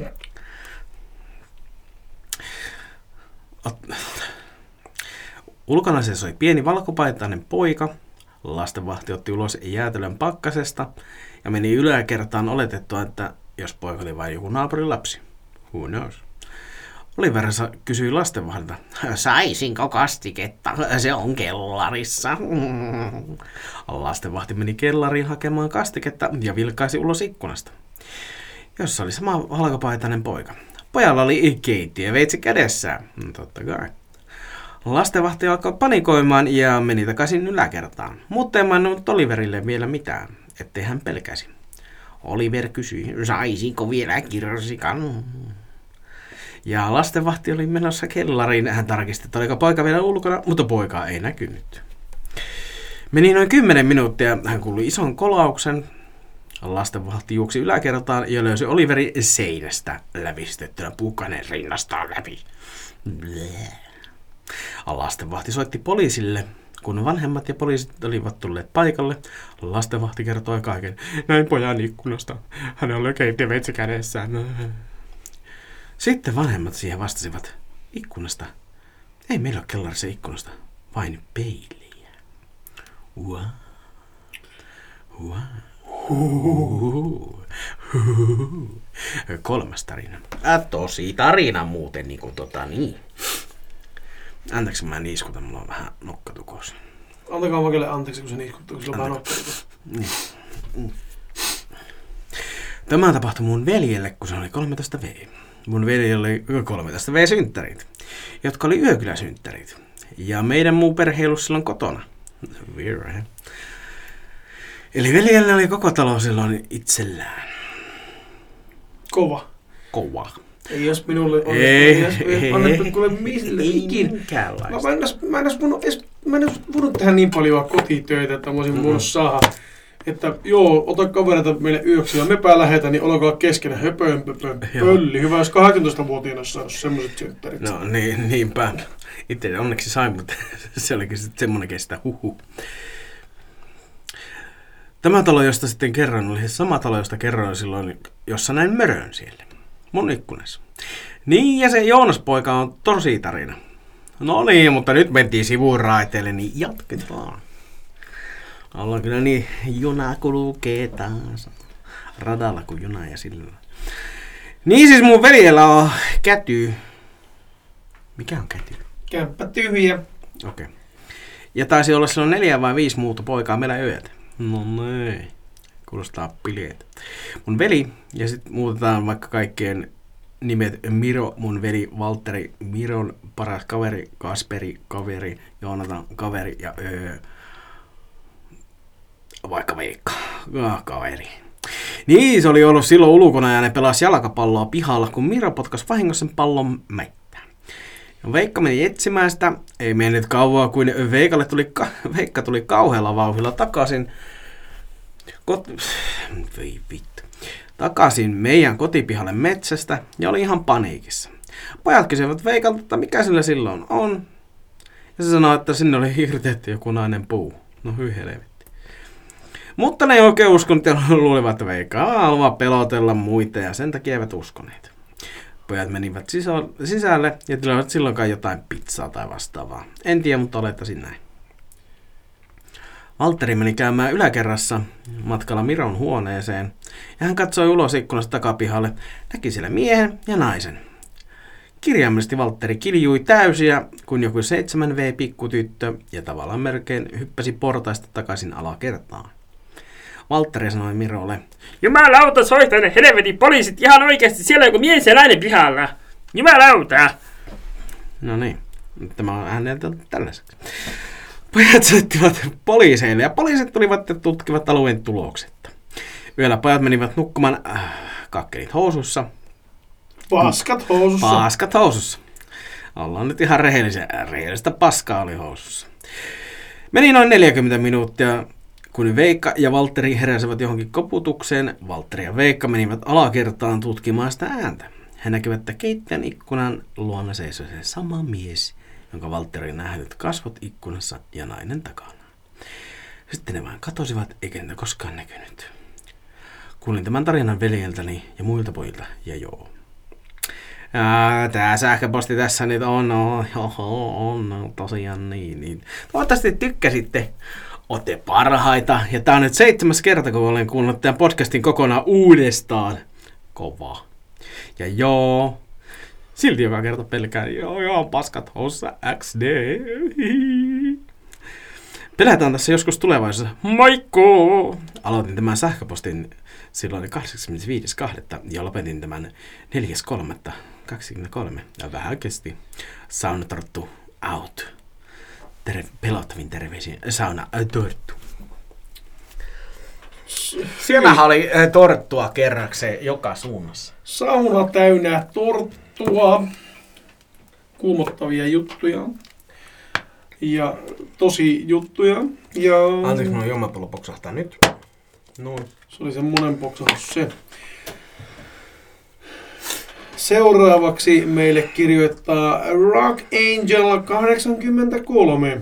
Speaker 2: Ulkona seisoi pieni valkopaitainen poika. Lastenvahti otti ulos jäätelön pakkasesta ja meni yläkertaan oletettua, että jos poika oli vain joku naapurin lapsi. Who knows? Oliver kysyi lastenvahdilta, saisinko kastiketta? Se on kellarissa. Lastenvahti meni kellariin hakemaan kastiketta ja vilkaisi ulos ikkunasta, jossa oli sama valkopaitainen poika. Pojalla oli keittiöveitsi kädessään. Totta kai. Lastenvahti alkoi panikoimaan ja meni takaisin yläkertaan, mutta ei maininnut Oliverille vielä mitään, ettei hän pelkäsi. Oliver kysyi, saisinko vielä kirsikan? Ja lastenvahti oli menossa kellariin. Hän tarkisti, että oliko poika vielä ulkona, mutta poikaa ei näkynyt. Meni noin 10 minuuttia. Hän kuuli ison kolauksen. Lastenvahti juoksi yläkertaan ja löysi Oliveri seinästä lävistettynä puukkainen rinnastaan läpi. Bleh. Lastenvahti soitti poliisille. Kun vanhemmat ja poliisit olivat tulleet paikalle, lastenvahti kertoi kaiken. Näin pojan ikkunasta. Hän oli keittiöveitsi kädessään. Sitten vanhemmat siihen vastasivat. Ikkunasta? Ei meillä ole kellarissa ikkunasta, vain peiliä. Kolmas tarina. Tosi tarina muuten, niin. Anteeksi, mä niiskutan, mulla on vähän nokkatukos.
Speaker 1: Antakaa Makelle anteeksi, kun se niiskuttuu, kun sillä on vähän nokkatukos.
Speaker 2: Tämä tapahtui mun veljelle, kun se oli 13V. Mun veljellä oli 13V-synttärit, jotka oli yökyläsynttärit. Ja meidän muu perhe ei ollut silloin kotona. Weird. Eli veljellä oli koko talo silloin itsellään.
Speaker 1: Kova. Ei jos minulle onnistu, ei annettu kuule mille ikinä. Mä en edes voinut tehdä niin paljon kotitöitä, että mä olisin voinut saada. Että joo, ota kavereita meille yöksi ja mepä lähetä, niin olkaa keskenä pölli. Hyvä, jos 18-vuotiaana olisi saanut semmoiset syntterit.
Speaker 2: No niinpä. Itse onneksi sain, mutta se olikin sitten semmoinen kestä. Tämä talo, josta sitten kerran, oli sama talo, josta kerroin silloin, jossa näin mörön siellä. Mun ikkunassa. Niin, ja se Joonas-poika on tosi tarina. No niin, mutta nyt mentiin sivuraiteille, niin jatketaan. Ollaan kyllä niin, juna kulkee taas. Radalla kuin juna ja sillä. Niin siis mun veljellä on käty. Mikä on käty?
Speaker 1: Kämppä tyhjä.
Speaker 2: Okei. Ja taisi olla silloin 4 vai 5 muuta poikaa meillä yötä. No niin. Kuulostaa piljeitä. Mun veli, ja sitten muutetaan vaikka kaikkien nimet Miro, mun veli Valtteri, Miron paras kaveri, Kasperi, kaveri, Joonatan, kaveri ja vaikka Veikka, kaveri. Niin, se oli ollut silloin ulkona ja ne pelasi jalkapalloa pihalla, kun Miro potkasi vahingossa sen pallon mättään. Ja Veikka meni etsimään sitä, ei mennyt kauaa, kuin Veikka tuli kauhealla vauhdilla takaisin. Takaisin meidän kotipihalle metsästä ja oli ihan paniikissa. Pojat kysyivät Veikalta, että mikä sillä silloin on. Ja se sanoi, että sinne oli hirtetty joku nainen puu. No hyi helvetti. Mutta ne ei oikein uskonut ja luulivat, että Veikka haluaa pelotella muita ja sen takia eivät uskoneet. Pojat menivät sisälle ja tilasivat silloinkaan jotain pizzaa tai vastaavaa. En tiedä, mutta olettaisin näin. Valtteri meni käymään yläkerrassa matkalla Miron huoneeseen ja hän katsoi ulos ikkunasta takapihalle, näki siellä miehen ja naisen. Kirjaimellisesti Valtteri kiljui täysiä, kun joku 7V-pikkutyttö ja tavallaan melkein hyppäsi portaista takaisin alakertaan. Valtteri sanoi Mirolle,
Speaker 3: Jumalauta, soita ne helvetin poliisit ihan oikeasti, siellä on joku mies ja nainen pihalla. Jumalauta!
Speaker 2: No niin, tämä on häneltä tällaiseksi. Pojat soittivat poliiseille ja poliisit tulivat ja tutkivat alueen tuloksetta. Yöllä pojat menivät nukkumaan kakkelit housussa. Paskat housussa. Ollaan nyt ihan rehellisiä. Rehellistä paskaa oli housussa. Meni noin 40 minuuttia, kun Veikka ja Valtteri heräsivät johonkin koputukseen. Valtteri ja Veikka menivät alakertaan tutkimaan sitä ääntä. He näkivät, että keittiön ikkunan luona seisoi se sama mies, jonka Valtteri nähnyt kasvot ikkunassa ja nainen takana. Sitten ne vain katosivat, eikä niitä koskaan näkynyt. Kuulin tämän tarinan veljeltäni ja muilta pojilta, ja joo. Tää sähköposti tässä nyt on tosiaan niin. Toivottavasti tykkäsitte. Ootte parhaita. Ja tää on nyt 7. kerta, kun olen kuunnellut tämän podcastin kokonaan uudestaan. Kova. Ja joo. Silti joka kerta pelkään, joo, paskat housussa XD. Pelätään tässä joskus tulevaisuudessa. Moikku! Aloitin tämän sähköpostin silloin 85.2. ja lopetin tämän 4.3.23. Ja vähän kesti. Sauna torttu out. Pelottavin terveisin. Sauna torttu. Siellähän oli torttua kerrakseen joka suunnassa.
Speaker 1: Sauna täynnä torttua. Kuumottavia juttuja. Ja tosi juttuja. Ja...
Speaker 2: Anteeksi, minun juomapullo poksahtaa nyt. Noin.
Speaker 1: Se oli semmonen poksahus se. Seuraavaksi meille kirjoittaa Rock Angel 83.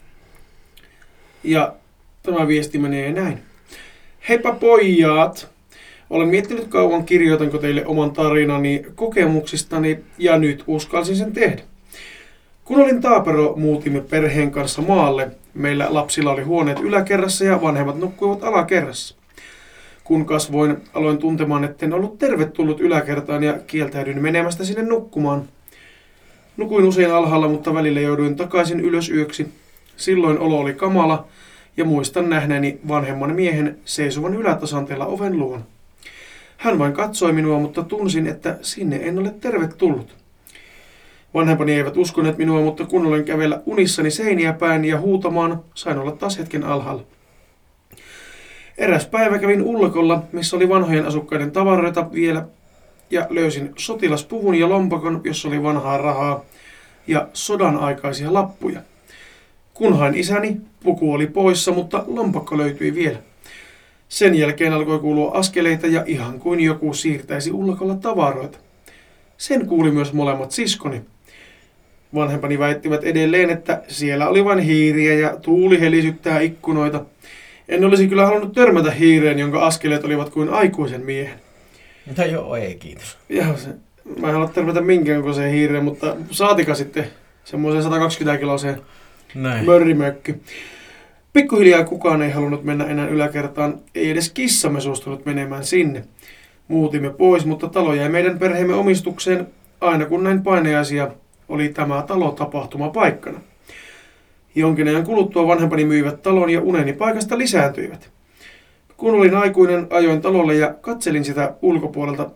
Speaker 1: Ja tämä viesti menee näin. Heipä pojat! Olen miettinyt kauan, kirjoitanko teille oman tarinani kokemuksistani ja nyt uskalsin sen tehdä. Kun olin taapero, muutimme perheen kanssa maalle. Meillä lapsilla oli huoneet yläkerrassa ja vanhemmat nukkuivat alakerrassa. Kun kasvoin, aloin tuntemaan, etten ollut tervetullut yläkertaan ja kieltäydyin menemästä sinne nukkumaan. Nukuin usein alhaalla, mutta välillä jouduin takaisin ylös yöksi. Silloin olo oli kamala ja muistan nähneeni vanhemman miehen seisovan ylätasanteella oven luona. Hän vain katsoi minua, mutta tunsin, että sinne en ole tervetullut. Vanhempani eivät uskoneet minua, mutta kun olen kävellä unissani seiniä päin ja huutamaan, sain olla taas hetken alhaalla. Eräs päivä kävin ullakolla, missä oli vanhojen asukkaiden tavaroita vielä ja löysin sotilaspuvun ja lompakon, jossa oli vanhaa rahaa ja sodan aikaisia lappuja. Kun hain isäni, puku oli poissa, mutta lompakko löytyi vielä. Sen jälkeen alkoi kuulua askeleita ja ihan kuin joku siirtäisi ullakolla tavaroita. Sen kuuli myös molemmat siskoni. Vanhempani väittivät edelleen, että siellä oli vain hiiriä ja tuuli helisyttää ikkunoita. En olisi kyllä halunnut törmätä hiireen, jonka askeleet olivat kuin aikuisen miehen.
Speaker 2: No joo, ei kiitos.
Speaker 1: Mä en halua törmätä minkään kokoiseen hiireen, mutta saatika sitten semmoiseen 120 kiloseen mörrimökki. Pikkuhiljaa kukaan ei halunnut mennä enää yläkertaan, ei edes kissamme suostunut menemään sinne. Muutimme pois, mutta talo jäi meidän perheemme omistukseen aina kun näin painajaisia oli tämä talo tapahtumapaikkana. Jonkin ajan kuluttua vanhempani myivät talon ja uneni paikasta lisääntyivät. Kun olin aikuinen, ajoin talolle ja katselin sitä ulkopuolelta.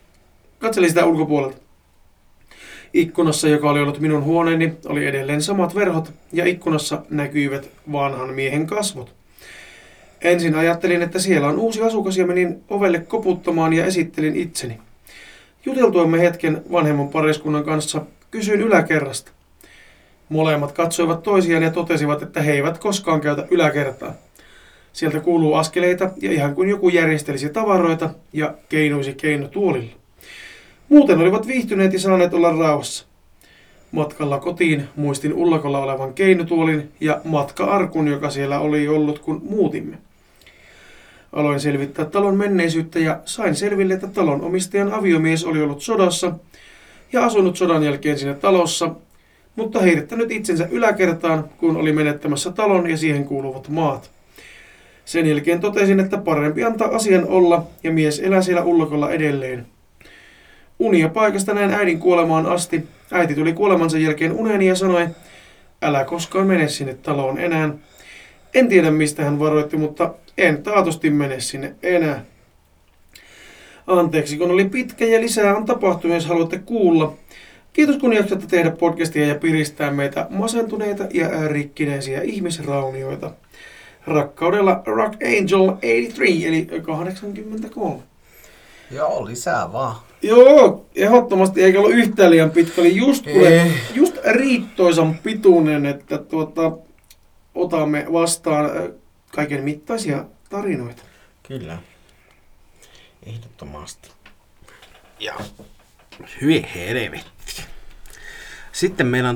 Speaker 1: Ikkunassa, joka oli ollut minun huoneeni, oli edelleen samat verhot ja ikkunassa näkyivät vanhan miehen kasvot. Ensin ajattelin, että siellä on uusi asukas ja menin ovelle koputtamaan ja esittelin itseni. Juteltuamme hetken vanhemman pariskunnan kanssa kysyin yläkerrasta. Molemmat katsoivat toisiaan ja totesivat, että he eivät koskaan käytä yläkertaa. Sieltä kuuluu askeleita ja ihan kuin joku järjestelisi tavaroita ja keinuisi keinotuolilla. Muuten olivat viihtyneet ja saaneet olla rauhassa. Matkalla kotiin muistin ullakolla olevan keinotuolin ja matka-arkun, joka siellä oli ollut, kun muutimme. Aloin selvittää talon menneisyyttä ja sain selville, että talon omistajan aviomies oli ollut sodassa ja asunut sodan jälkeen siinä talossa, mutta heittänyt itsensä yläkertaan, kun oli menettämässä talon ja siihen kuuluvat maat. Sen jälkeen totesin, että parempi antaa asian olla ja mies elää siellä ullakolla edelleen. Unia paikasta näin äidin kuolemaan asti. Äiti tuli kuolemansa jälkeen uneeni ja sanoi, älä koskaan mene sinne taloon enää. En tiedä mistä hän varoitti, mutta en taatusti mene sinne enää. Anteeksi, kun oli pitkä ja lisää on tapahtunut, jos haluatte kuulla. Kiitos kun jaksatte tehdä podcastia ja piristää meitä masentuneita ja rikkinäisiä ihmisraunioita. Rakkaudella Rock Angel 83 eli 83.
Speaker 2: Joo, lisää vaan.
Speaker 1: Joo, ehdottomasti eikä ollut yhtään liian pitkä. Oli just riittoisan pituinen, että otamme vastaan kaiken mittaisia tarinoita.
Speaker 2: Kyllä. Ehdottomasti. Ja hyvin helvetti. Sitten meillä on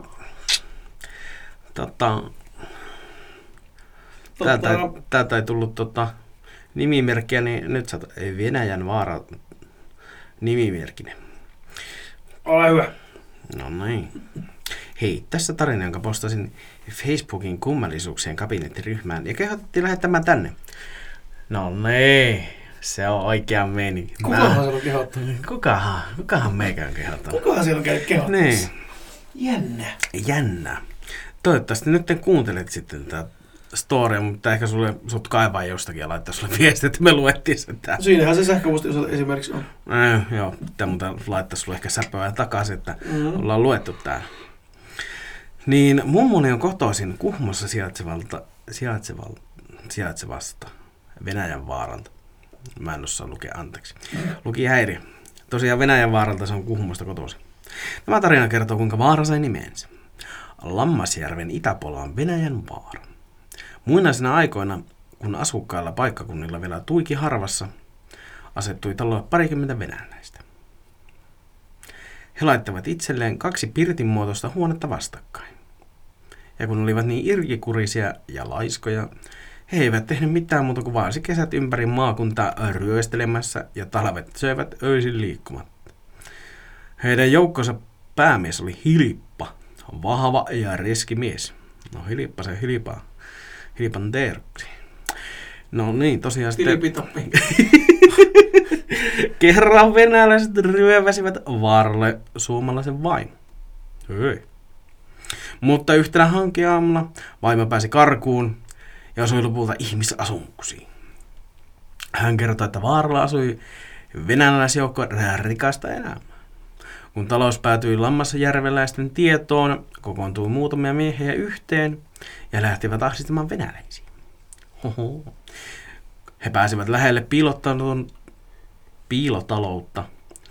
Speaker 2: täältä ei tullut nimimerkkiä, niin nyt sä Venäjän vaara nimimerkkinen.
Speaker 1: Ole hyvä.
Speaker 2: No niin. Hei, tässä tarina, jonka postasin Facebookin kummallisuuksien kabinettiryhmään ja kehotettiin lähettämään tänne. No niin, se on oikea meni.
Speaker 1: Kukahan siellä on kehottanut?
Speaker 2: Kukahan meikä on kehottanut?
Speaker 1: Kukahan siellä on käynyt kehottamassa?
Speaker 2: Niin. Jännä. Toivottavasti nyt kuuntelet sitten tätä storia, mutta ehkä sut kaivaa jostakin ja laittaa sulle viesti, että me luettiin sen täällä.
Speaker 1: Siinähän se sähköposti esimerkiksi on.
Speaker 2: Joo, pitää muuten laittaa sulle ehkä säpöä takaisin, että ollaan luettu täällä. Niin mummuni on kotoisin Kuhmossa sijaitsevasta Venäjän vaaralta. Mä en osaa lukea, anteeksi. Luki häiriö. Tosiaan Venäjän vaaralta se on Kuhmosta kotoisin. Tämä tarina kertoo, kuinka vaara sai nimensä. Lammasjärven itäpuolella on Venäjän vaara. Muinaisina aikoina, kun asukkailla paikkakunnilla vielä tuiki harvassa, asettui talolle parikymmentä venäläistä. He laittavat itselleen 2 pirtinmuotoista huonetta vastakkain. Ja kun olivat niin irkikurisia ja laiskoja, he eivät tehneet mitään muuta kuin vaasi kesät ympäri maakuntaa ryöstelemässä ja talvet söivät öisin liikkumatta. Heidän joukkonsa päämies oli Hilippa, vahva ja reski mies. No Hilippa se Hilipan terksi. No niin, tosiaan sitten kerran venäläiset ryöväsivät vaaralle suomalaisen vaimon. Hei. Mutta yhtenä hankiaamuna vaimo pääsi karkuun ja osui lopulta ihmisasunkuksiin. Hän kertoi, että vaaralla asui venäläisjoukko rikasta elämää. Kun talous päätyi lammasjärveläisten tietoon, kokoontui muutamia miehiä yhteen ja lähtivät ahdistamaan venäläisiä. He pääsivät lähelle piilotaloutta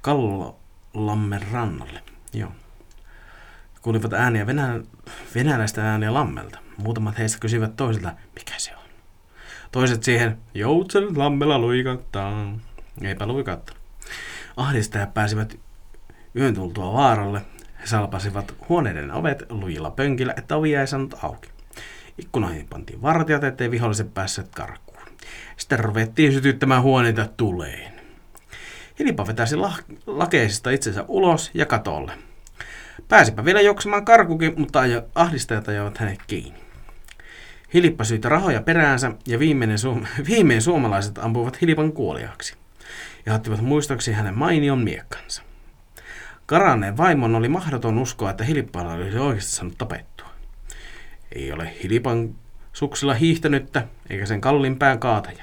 Speaker 2: Kallolammen rannalle. Joo. Kuulivat ääniä venäläistä ääniä lammelta. Muutamat heistä kysyivät toisilta, mikä se on. Toiset siihen, joutsen lammella luikattaa. Eipä luikattanut. Ahdistajat pääsivät yön tultua vaaralle. He salpasivat huoneiden ovet lujilla pönkillä, että ovia ei saanut auki. Ikkunoihin pantiin vartijat, ettei viholliset päässeet karkuun. Sitten ruvettiin sytyttämään huoneita tuleen. Hilpa vetäisi lakeisista itsensä ulos ja katolle. Pääsipä vielä juoksemaan karkukin, mutta ahdistajat ajoivat hänet kiinni. Hilippa syitä rahoja peräänsä ja viimein suomalaiset ampuivat Hilipan kuoliaksi ja ottivat muistoksi hänen mainion miekkansa. Karanneen vaimon oli mahdoton uskoa, että Hilippalla olisi oikeasti saanut tapettua. Ei ole Hilipan suksilla hiihtänyttä eikä sen kallin pään kaataja.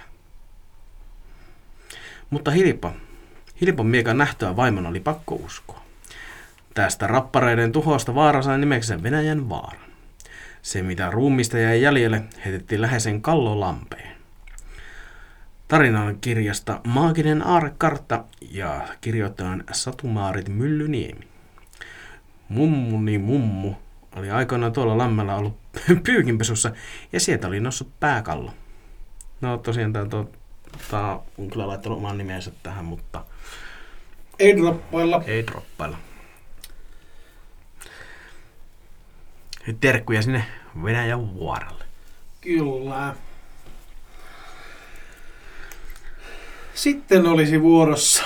Speaker 2: Mutta Hilipan miekan nähtyä vaimon oli pakko uskoa. Tästä rappareiden tuhosta vaara sai nimekseen Venäjän vaara. Se, mitä ruumista jäi jäljelle, heitettiin läheisen Kallolampeen. Tarinan kirjasta Maaginen aarrekartta ja kirjoittajan Satumaarit Myllyniemi. Mummuni mummu oli aikoinaan tuolla lammella ollut pyykinpesussa ja sieltä oli noussut pääkallo. No tosiaan tämä on kyllä laittanut oman nimensä tähän, mutta
Speaker 1: Ei droppailla.
Speaker 2: ei droppailla. Terkkuja sinne Venäjän vuoralle.
Speaker 1: Kyllä. Sitten olisi vuorossa.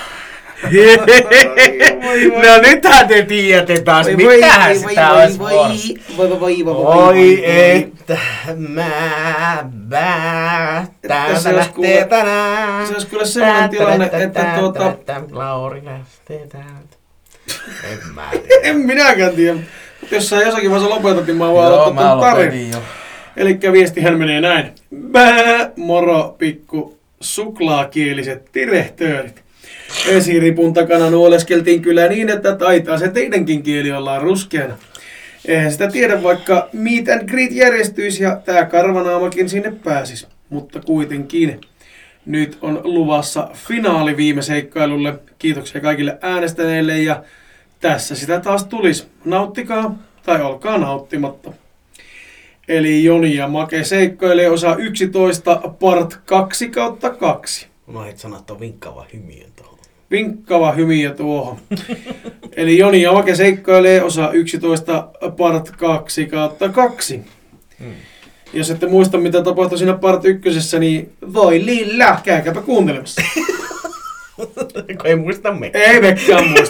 Speaker 2: No nythän te tiedätte taas, mitähän sitä olisi vuorossa. Voi että mä
Speaker 1: Tässä olisi
Speaker 2: tänään.
Speaker 1: Se olisi kyllä semmoinen tilanne, että
Speaker 2: Lauri lähtee täältä. En mä tiedä.
Speaker 1: En minäkään tiedä. Mutta jos sä jossakin vaiheessa lopetat, niin mä voin aloittaa tuon tarin.
Speaker 2: jo.
Speaker 1: Elikkä viestihän menee näin. Moro pikku suklaakieliset direhtöörit. Esiripun takana nuoleskeltiin kyllä niin, että taitaa se teidänkin kieli ollaan ruskeana. Eihän sitä tiedä, vaikka meet and greet järjestyisi ja tää karvanaamakin sinne pääsis. Mutta kuitenkin. Nyt on luvassa finaali viime seikkailulle. Kiitoksia kaikille äänestäneille ja tässä sitä taas tulisi. Nauttikaa tai olkaa nauttimatta. Eli Joni ja Make seikkailee osa 11 part 2/2.
Speaker 2: Unohdit sanoa tuon vinkkaavan hymiön tuohon.
Speaker 1: Vinkkava hymiö tuohon. Eli Joni ja Make seikkailee osa 11 part 2/2. Jos ette muista mitä tapahtui siinä part 1, niin voi lilla, käykääpä kuuntelemassa.
Speaker 2: Kun ei muista me.
Speaker 1: Ei mekään muista.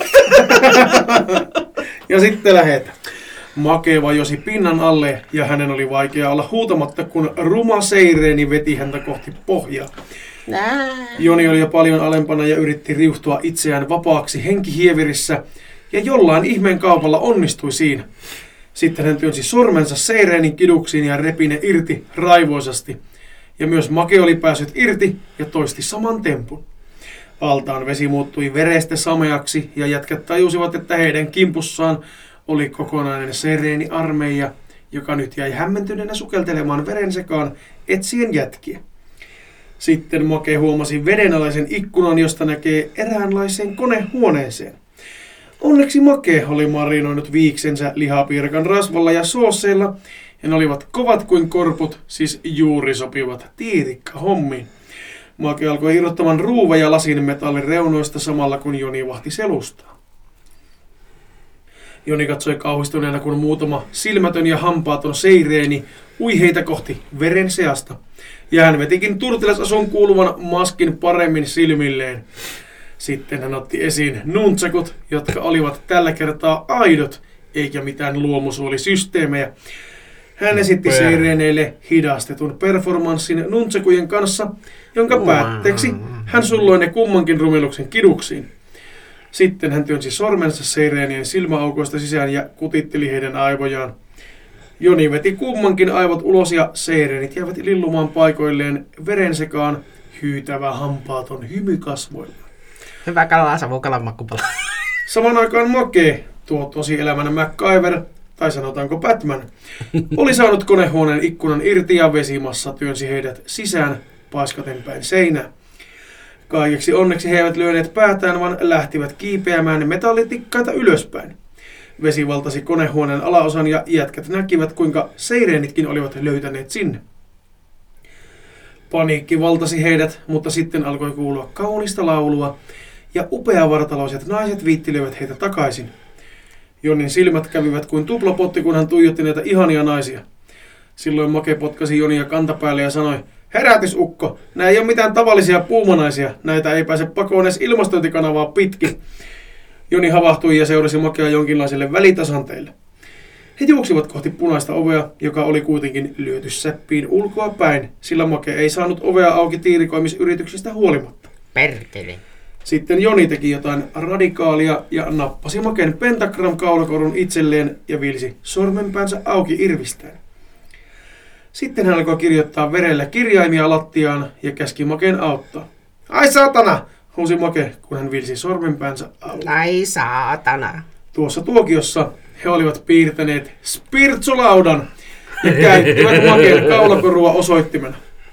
Speaker 1: Ja sitten lähetään. Make vajosi pinnan alle ja hänen oli vaikea olla huutamatta, kun ruma seireeni veti häntä kohti pohjaa. Joni oli jo paljon alempana ja yritti riuhtua itseään vapaaksi henkihievirissä ja jollain ihmeen kaupalla onnistui siinä. Sitten hän työnsi sormensa seireenin kiduksiin ja repi ne irti raivoisasti. Ja myös Make oli päässyt irti ja toisti saman tempun. Altaan vesi muuttui verestä sameaksi ja jätkät tajusivat, että heidän kimpussaan oli kokonainen sereeni-armeija, joka nyt jäi hämmentyneenä sukeltelemaan veren sekaan etsien jätkiä. Sitten Make huomasi vedenalaisen ikkunan, josta näkee eräänlaiseen konehuoneeseen. Onneksi Make oli marinoinut viiksensä lihapiirakan rasvalla ja soosseilla, ja ne olivat kovat kuin korput, siis juuri sopivat tiirikkahommiin. Make alkoi irrottamaan ruuveja lasin metallin reunoista samalla kun Joni vahti selustaa. Joni katsoi kauhistuneena, kun muutama silmätön ja hampaaton seireeni ui heitä kohti veren seasta. Ja hän vetikin turtilasasun kuuluvan maskin paremmin silmilleen. Sitten hän otti esiin nuntsakut, jotka olivat tällä kertaa aidot, eikä mitään luomusuolisysteemejä. Hän esitti seireeneille hidastetun performanssin nuntsakujen kanssa, jonka päätteeksi hän sulloi ne kummankin rumiluksen kiduksiin. Sitten hän työnsi sormensa seireenien silmäaukoista sisään ja kutitteli heidän aivojaan. Joni veti kummankin aivot ulos ja seireenit jäivät lillumaan paikoilleen veren sekaan hyytävä hampaaton hymy kasvoilla.
Speaker 2: Hyvä kalaa, savukalan makkupala.
Speaker 1: Samaan aikaan Make, tuo tosielämän MacGyver, tai sanotaanko Batman, oli saanut konehuoneen ikkunan irti ja vesimassa työnsi heidät sisään paiskaten päin seinää. Kaikeksi onneksi he eivät lyöneet päätään, vaan lähtivät kiipeämään metallitikkaita ylöspäin. Vesi valtasi konehuoneen alaosan ja jätkät näkivät, kuinka seireenitkin olivat löytäneet sinne. Paniikki valtasi heidät, mutta sitten alkoi kuulua kaunista laulua ja upeavartaloiset naiset viittilöivät heitä takaisin. Jonin silmät kävivät kuin tuplapotti, kun hän tuijotti näitä ihania naisia. Silloin Make potkasi Jonia kantapäälle ja sanoi, herätysukko, nämä ei ole mitään tavallisia puumanaisia, näitä ei pääse pakoon edes ilmastointikanavaa pitkin. Joni havahtui ja seurasi Makea jonkinlaiselle välitasanteelle. He juoksivat kohti punaista ovea, joka oli kuitenkin lyöty säppiin ulkoa päin, sillä Make ei saanut ovea auki tiirikoimisyrityksistä huolimatta.
Speaker 2: Perkele.
Speaker 1: Sitten Joni teki jotain radikaalia ja nappasi Maken pentagram-kaulakorun itselleen ja vilsi sormenpäänsä auki irvistään. Sitten hän alkoi kirjoittaa verellä kirjaimia lattiaan ja käski Maken auttaa. Ai saatana, huusi Make, kun hän vilsi sormenpäänsä auki.
Speaker 2: Ai saatana.
Speaker 1: Tuossa tuokiossa he olivat piirtäneet spirtsulaudan ja käyttivät Maken kaulakorua osoittimena.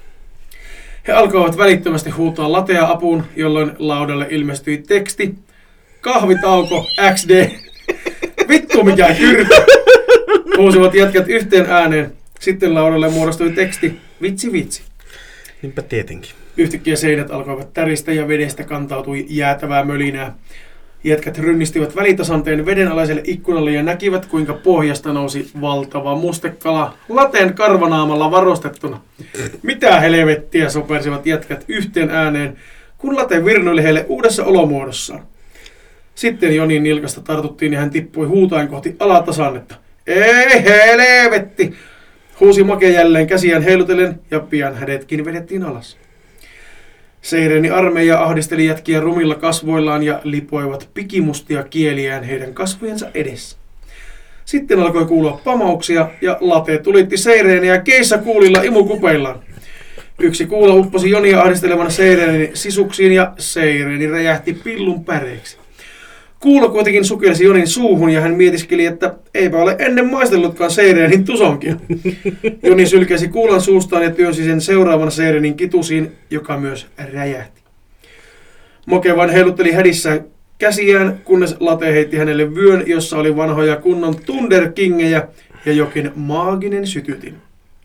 Speaker 1: He alkoivat välittömästi huutaa latea apuun, jolloin laudalle ilmestyi teksti. Kahvitauko XD. Vittu mikä kyrpä. Huusivat jätkät yhteen ääneen. Sitten laudalle muodostui teksti. Vitsi vitsi.
Speaker 2: Niinpä tietenkin.
Speaker 1: Yhtäkkiä seinät alkoivat täristä ja vedestä kantautui jäätävää mölinää. Jätkät rynnistivät välitasanteen vedenalaiselle ikkunalle ja näkivät, kuinka pohjasta nousi valtava mustekala lateen karvanaamalla varustettuna. Mitä helvettiä, sopersivat jätkät yhteen ääneen, kun late virnuili heille uudessa olomuodossaan. Sitten Jonin nilkasta tartuttiin ja hän tippui huutaen kohti alatasannetta. Ei helvetti, huusi Make jälleen käsiään heilutellen ja pian hädetkin vedettiin alas. Seireeni armeija ahdisteli jätkiä rumilla kasvoillaan ja lipoivat pikimustia kieliään heidän kasvojensa edessä. Sitten alkoi kuulua pamauksia ja late tulitti Seireeniä keissakuulilla imukupeillaan. Yksi kuula upposi Jonia ahdistelevan Seireenin sisuksiin ja Seireeni räjähti pillun päreiksi. Kuula kuitenkin sukelsi Jonin suuhun ja hän mietiskeli, että eipä ole ennen maistellutkaan Seireenin tusonkia. Joni sylkäsi kuulan suustaan ja työnsi sen seuraavan Seirenin kitusiin, joka myös räjähti. Make vain heilutteli hädissään käsiään, kunnes late heitti hänelle vyön, jossa oli vanhoja kunnon Thunderkingejä ja jokin maaginen sytytin.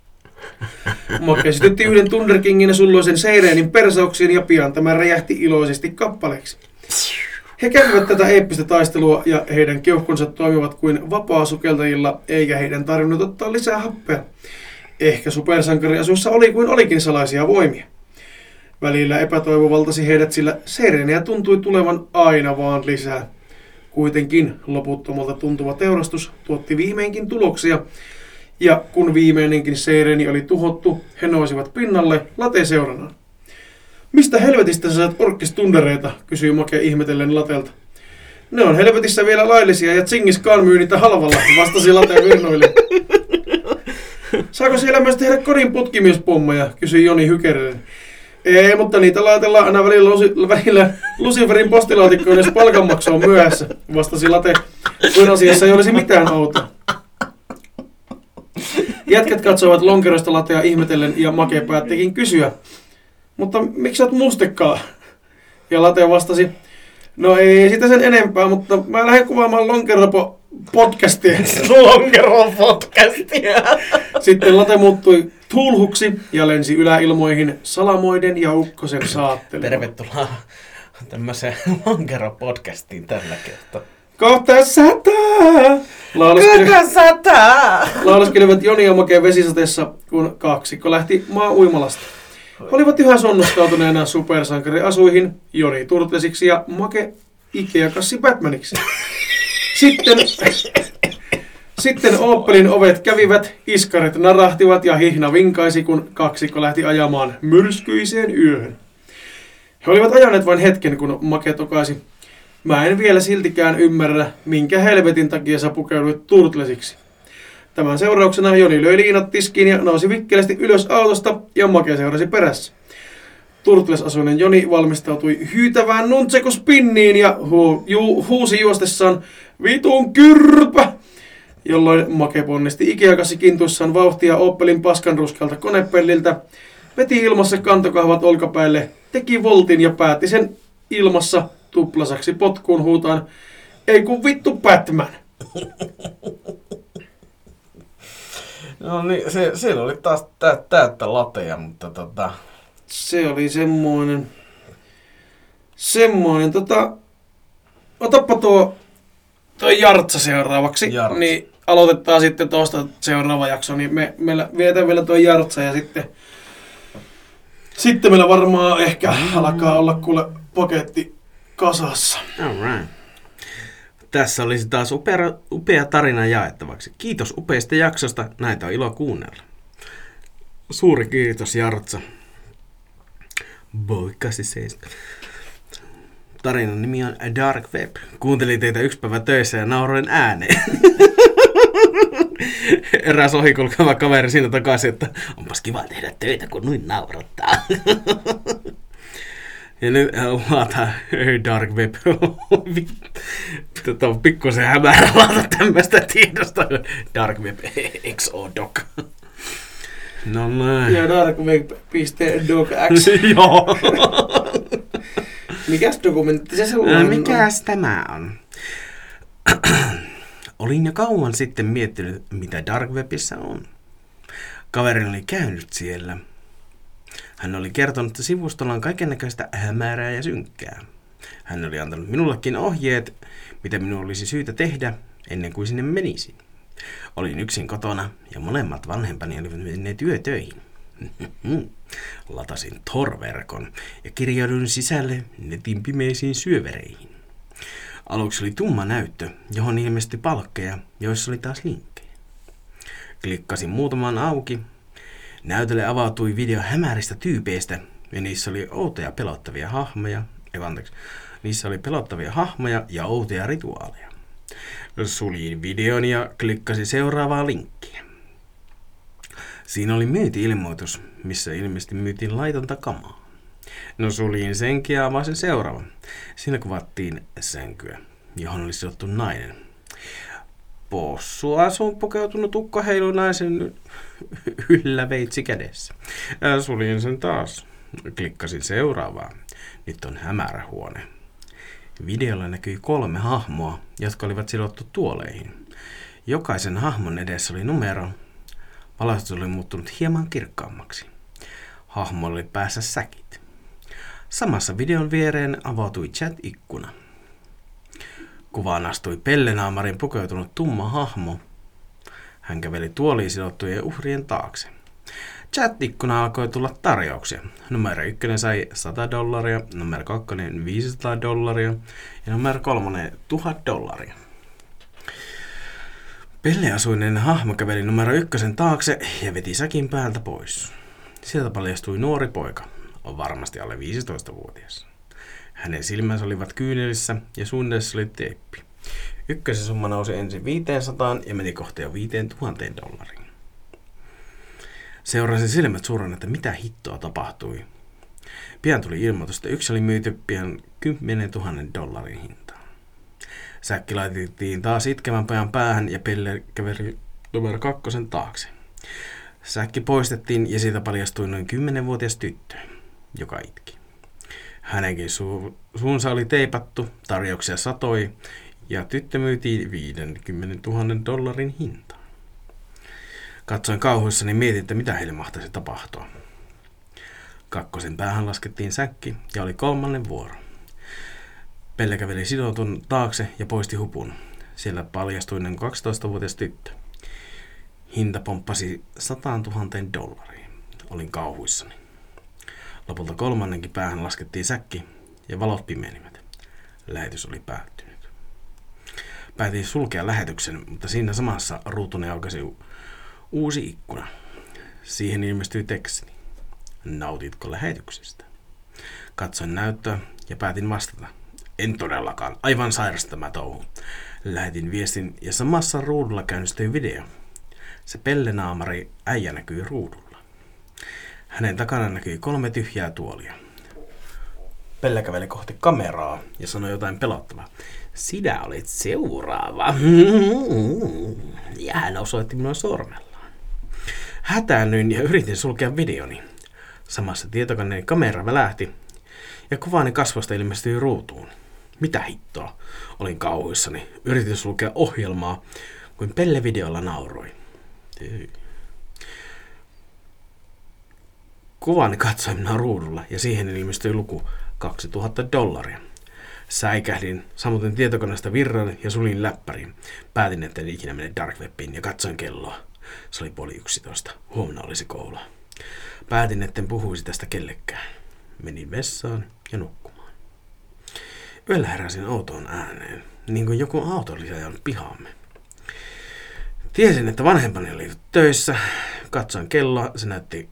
Speaker 1: Make sytytti yhden Thunderkingin ja sulloisen Seireenin persauksiin ja pian tämä räjähti iloisesti kappaleeksi. He kävivät tätä eeppistä taistelua ja heidän keuhkonsa toimivat kuin vapaasukeltajilla, eikä heidän tarvinnut ottaa lisää happea. Ehkä supersankariasuissa oli kuin olikin salaisia voimia. Välillä epätoivo valtasi heidät, sillä Seireenejä tuntui tulevan aina vaan lisää. Kuitenkin loputtomalta tuntuva teurastus tuotti viimeinkin tuloksia, ja kun viimeinenkin Seireeni oli tuhottu, he nousivat pinnalle late seuranaan. Mistä helvetistä sä saat orkkistundereita, kysyi Make ihmetellen latelta. Ne on helvetissä vielä laillisia ja Tsingis Khan myy niitä halvalla, vastasi late virnoille. Saako siellä myös tehdä kodin putkimiespommeja, kysyi Joni hykerellen. Ei, mutta niitä laitellaan aina välillä Luciferin postilaatikkoon, jos palkanmaksu on myöhässä, vastasi late, kun asiassa ei olisi mitään outoa. Jätkät katsoivat lonkeroista latea ihmetellen ja Make päättikin kysyä. Mutta miksi sä oot mustekala? Ja late vastasi, no ei sitä sen enempää, mutta mä lähden kuvaamaan Lonkeropo-podcastia.
Speaker 2: Lonkeropo-podcastia.
Speaker 1: Sitten late muuttui tulhuksi ja lensi yläilmoihin salamoiden ja ukkosen saatteluun.
Speaker 2: Tervetuloa tämmöiseen Lonkero-podcastiin tällä kertaa.
Speaker 1: Kohta sataa! Laulaskelivat Joni ja Make vesisateessa, kun kaksikko lähti maa-uimalasta. Olivat yhä sonnustautuneena supersankariasuihin, Joni Turtlesiksi ja Make Ikea-kassi Batmaniksi. Sitten Opelin ovet kävivät, iskaret narahtivat ja hihna vinkaisi, kun kaksikko lähti ajamaan myrskyiseen yöhön. He olivat ajaneet vain hetken, kun Make tokaisi. Mä en vielä siltikään ymmärrä, minkä helvetin takia sä pukeuduit Turtlesiksi. Tämän seurauksena Joni löi liinat tiskiin ja nousi vikkeleesti ylös autosta ja Make seurasi perässä. Turtles-asuinen Joni valmistautui hyytävään nuntsekuspinniin ja huusi juostessaan vitun kyrpä, jolloin Make ponnisti Ikea-kassi kintuissaan vauhtia Opelin paskanruskalta konepelliltä veti ilmassa kantokahvat olkapäille, teki voltin ja päätti sen ilmassa tuplasaksi potkuun huutaan, ei kun vittu Batman.
Speaker 2: No niin, siellä oli taas täyttä lateja, mutta
Speaker 1: Se oli semmoinen, otappa tuo Jartsa seuraavaksi,
Speaker 2: Jartsa.
Speaker 1: niin aloitetaan sitten tuosta seuraava jakso, niin me vietään vielä tuo Jartsa ja sitten meillä varmaan ehkä alkaa olla kuule paketti kasassa.
Speaker 2: alright. Tässä olisi taas upea tarina jaettavaksi. Kiitos upeista jaksosta, näitä on ilo kuunnella. Suuri kiitos Jartsa. Boy 87. Tarinan nimi on Dark Web. Kuuntelin teitä yksi päivä töissä ja nauroin ääneen. Eräs ohikulkeva kaveri siinä takaisin, että onpas kiva tehdä töitä, kun noin naurattaa. Ja nyt laata Dark Web. On pikkusen hämärä laata tämmöistä tiedosta. Dark Web XO-doc. No näin.
Speaker 1: Ja darkweb.docx.
Speaker 2: Joo.
Speaker 1: Mikäs dokumentti se sellainen on?
Speaker 2: Mikäs tämä on? Olin jo kauan sitten miettinyt, mitä Dark Webissä on. Kaverini oli käynyt siellä. Hän oli kertonut, että sivustolla on kaikennäköistä hämärää ja synkkää. Hän oli antanut minullekin ohjeet, mitä minun olisi syytä tehdä ennen kuin sinne menisin. Olin yksin kotona ja molemmat vanhempani olivat menneet yötöihin. Latasin Tor-verkon ja kirjauduin sisälle netin pimeisiin syövereihin. Aluksi oli tumma näyttö, johon ilmestyi palkkeja, joissa oli taas linkkejä. Klikkasin muutaman auki. Näytölle avautui video hämäristä tyypeistä ja niissä oli outoja pelottavia hahmoja. Niissä oli pelottavia hahmoja ja outoja rituaaleja. Suljin videon ja klikkasin seuraavaa linkkiä. Siinä oli myynti-ilmoitus, missä ilmeisesti myytiin laitonta kamaa. No suljin senkin ja avasin seuraavan. Siinä kuvattiin sänkyä, johon oli sidottu nainen. Possuasuun pukeutunut ukko heilui naisen yllä veitsi kädessä. Suljin sen taas. Klikkasin seuraavaa. Nyt on hämärä huone. Videolla näkyi 3 hahmoa, jotka olivat sidottu tuoleihin. Jokaisen hahmon edessä oli numero. Valaistus oli muuttunut hieman kirkkaammaksi. Hahmo oli päässä säkit. Samassa videon viereen avautui chat-ikkuna. Kuvaan astui pellenaamarin pukeutunut tumma hahmo. Hän käveli tuoliin sidottujen uhrien taakse. Chat-ikkuna alkoi tulla tarjouksia. Numero 1 sai $100, numero 2 $500 ja numero 3 $1000. Pelleasuinen hahmo käveli numero 1 taakse ja veti säkin päältä pois. Sieltä paljastui nuori poika, on varmasti alle 15-vuotias. Hänen silmänsä olivat kyynelissä ja suunnassa oli teippi. Ykkösen summa nousi ensin 500 ja meni kohta jo $5,000. Seurasin silmät suuren, että mitä hittoa tapahtui. Pian tuli ilmoitus, että yksi oli myyty pian $10,000 hintaan. Säkki laitettiin taas itkevän pojan päähän ja Pelle käveli numero 2 taakse. Säkki poistettiin ja siitä paljastui noin 10-vuotias tyttö, joka itki. Hänenkin suunsa oli teipattu, tarjouksia satoi ja tyttö myytiin $50,000 hintaan. Katsoin kauhuissani mietin, että mitä heille mahtaisi tapahtua. 2 päähän laskettiin säkki ja oli 3. vuoro. Pelle käveli sidotun taakse ja poisti hupun. Siellä paljastui noin 12-vuotias tyttö. Hinta pomppasi $100,000. Olin kauhuissani. Lopulta 3. päähän laskettiin säkki ja valot pimenivät. Lähetys oli päättynyt. Päätin sulkea lähetyksen, mutta siinä samassa ruutuni aukasi uusi ikkuna. Siihen ilmestyi teksti. Nautitko lähetyksestä? Katsoin näyttöä ja päätin vastata. En todellakaan. Aivan sairasta tämä touhu. Lähetin viestin ja samassa ruudulla käynnistyi video. Se pellenaamari äijä näkyi ruudulla. Hänen takana näkyi 3 tyhjää tuolia. Pelle käveli kohti kameraa ja sanoi jotain pelottavaa. Sinä olet seuraava. Ja hän osoitti minua sormellaan. Hätäännyin ja yritin sulkea videoni. Samassa tietokoneen kamera välähti ja kuvani kasvosta ilmestyi ruutuun. Mitä hittoa? Olin kauhuissani. Yritin sulkea ohjelmaa, kuin Pelle videolla nauroi. Kuvani katsoin minä ruudulla ja siihen ilmestyi luku $2,000. Säikähdin, sammutin tietokoneesta virran ja sulin läppärin. Päätin, että en ikinä mene dark webiin ja katsoin kelloa. Se oli 10:30. Huomenna olisi koulua. Päätin, etten puhuisi tästä kellekään. Menin vessaan ja nukkumaan. Yöllä heräsin outoon ääneen, niin kuin joku auto olisi ajanut pihaamme. Tiesin, että vanhempani oli töissä. Katsoin kelloa, se näytti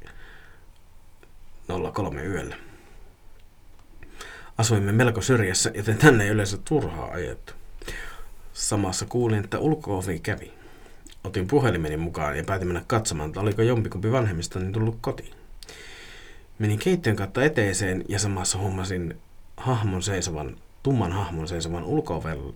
Speaker 2: 03 yöllä. Asuimme melko syrjässä, joten tänne ei yleensä turhaa ajettu. Samassa kuulin, että ulko-ovi kävi. Otin puhelimeni mukaan ja päätin mennä katsomaan, että oliko jompikumpi vanhemmistani tullut kotiin. Menin keittiön kautta eteiseen ja samassa huomasin tumman hahmon seisovan ulko-ovella.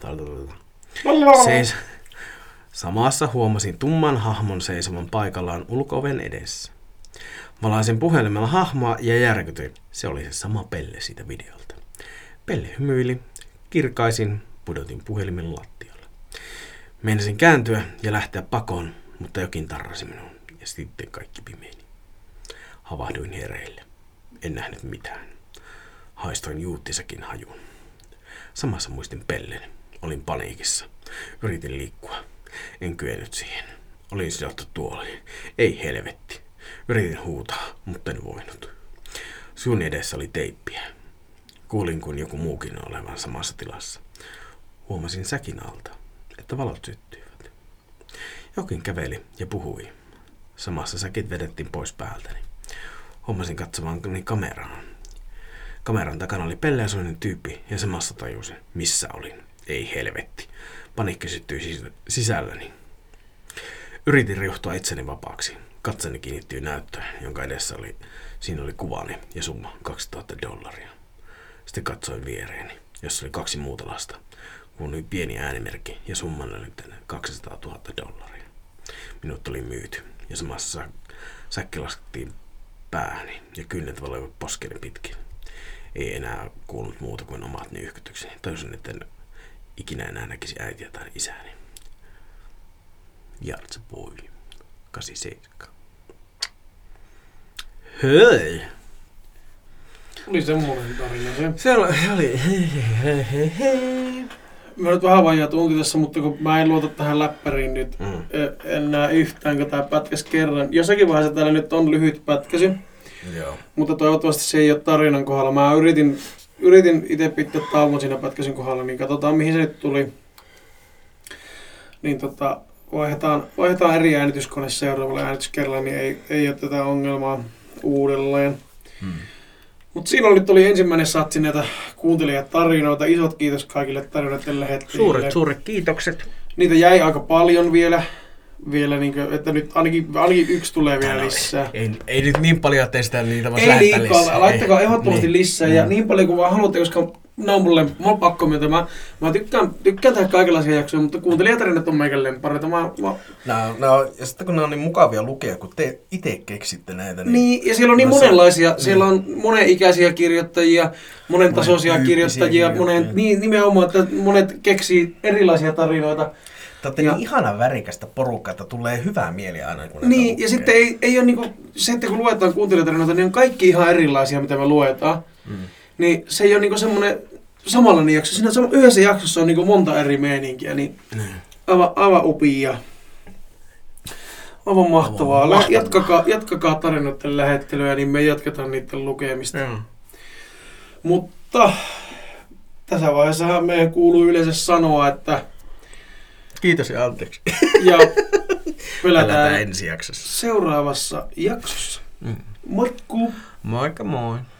Speaker 2: Samassa huomasin tumman hahmon seisovan paikallaan ulko-oven edessä. Valaisin puhelimella hahmoa ja järkytyin. Se oli se sama Pelle siitä videolta. Pelle hymyili, kirkaisin, pudotin puhelimen lattialle. Meinasin kääntyä ja lähteä pakoon, mutta jokin tarrasi minun ja sitten kaikki pimeeni. Havahduin hereille. En nähnyt mitään. Haistoin juuttisakin hajun. Samassa muistin Pellen. Olin paniikissa. Yritin liikkua. En kyennyt siihen. Olin sidottu tuoliin. Ei helvetti. Yritin huutaa, mutta en voinut. Suun edessä oli teippiä. Kuulin, kun joku muukin olevan samassa tilassa. Huomasin säkin alta, että valot syttyivät. Jokin käveli ja puhui. Samassa säkit vedettiin pois päältäni. Huomasin katsovani kameraan. Kameran takana oli pelleäsuinen tyyppi ja samassa tajusin, missä olin. Ei helvetti. Paniikki syttyi sisälläni. Yritin riuhtua itseni vapaaksi. Katseni kiinnittyi näyttöön, jonka edessä siinä oli kuvani ja summa $2,000. Sitten katsoin viereeni, jossa oli 2 muuta lasta. Kuului pieni äänimerkki ja summan oli $200,000. Minut oli myyty ja samassa säkki laskettiin pääni ja kynnet valoivat poskeni pitkin. Ei enää kuulunut muuta kuin omat nyyhkytykseni. Tajusin, että en ikinä enää näkisi äitiä tai isääni. Jartsa boy. 87. Hei!
Speaker 1: Oli semmoinen tarina se.
Speaker 2: Se oli.
Speaker 1: Mä nyt vähän vajaa tunti tässä, mutta kun mä en luota tähän läppäriin nyt, en näe yhtään, kun tää pätkäs kerran. Jossakin vaiheessa täällä nyt on lyhyt pätkäsy,
Speaker 2: Joo.
Speaker 1: mutta toivottavasti se ei ole tarinan kohdalla. Mä yritin itse pitää tauon siinä pätkäsyn kohdalla, niin katsotaan mihin se nyt tuli. Niin vaihdetaan eri äänityskone seuraavalle äänityskerralla, niin ei ole tätä ongelmaa uudelleen. Mutta siinä oli ensimmäinen satsi näitä kuuntelijatarinoita. Isot kiitos kaikille tarinoiden lähettäjille.
Speaker 2: Suuret kiitokset.
Speaker 1: Niitä jäi aika paljon vielä niin kuin, että nyt ainakin yksi tulee vielä lisää.
Speaker 2: Ei nyt niin paljon, ettei sitä niitä voisi
Speaker 1: ei
Speaker 2: lähettää
Speaker 1: liikaa,
Speaker 2: lisää.
Speaker 1: laittakaa ehdottomasti lisää ja niin paljon kuin vaan haluatte, koska ne on mulla on pakko myötä. Mä tykkään tehdä kaikenlaisia jaksoja, mutta kuuntelijatarinat on meikän lempareita.
Speaker 2: Ja sitten kun ne on niin mukavia lukea, kun te itse keksitte näitä.
Speaker 1: Niin, ja siellä on niin monenlaisia. Siellä on monenikäisiä kirjoittajia, monen tasoisia kirjoittajia, nimenomaan, että monet keksii erilaisia tarinoita.
Speaker 2: Te olette niin ihana värikästä porukkaa, että tulee hyvää mieli aina, kun
Speaker 1: niin,
Speaker 2: lukee.
Speaker 1: ja sitten ei ole niinku, se, että kun luetaan kuuntelijatarinoita, niin on kaikki ihan erilaisia, mitä me luetaan. Niin se ei ole niinku semmoinen samanlainen jakso. Siinä yhdessä jaksossa on niinku monta eri meininkiä, niin aivan upia. Aivan mahtavaa. Jatkakaa tarinoiden lähettelyä, niin me jatketaan niiden lukemista. Mutta tässä vaiheessa meidän kuuluu yleensä sanoa, että
Speaker 2: kiitos ja anteeksi.
Speaker 1: Ja pelätään
Speaker 2: ensi jaksossa.
Speaker 1: Seuraavassa jaksossa. Moikku!
Speaker 2: Moikka moi!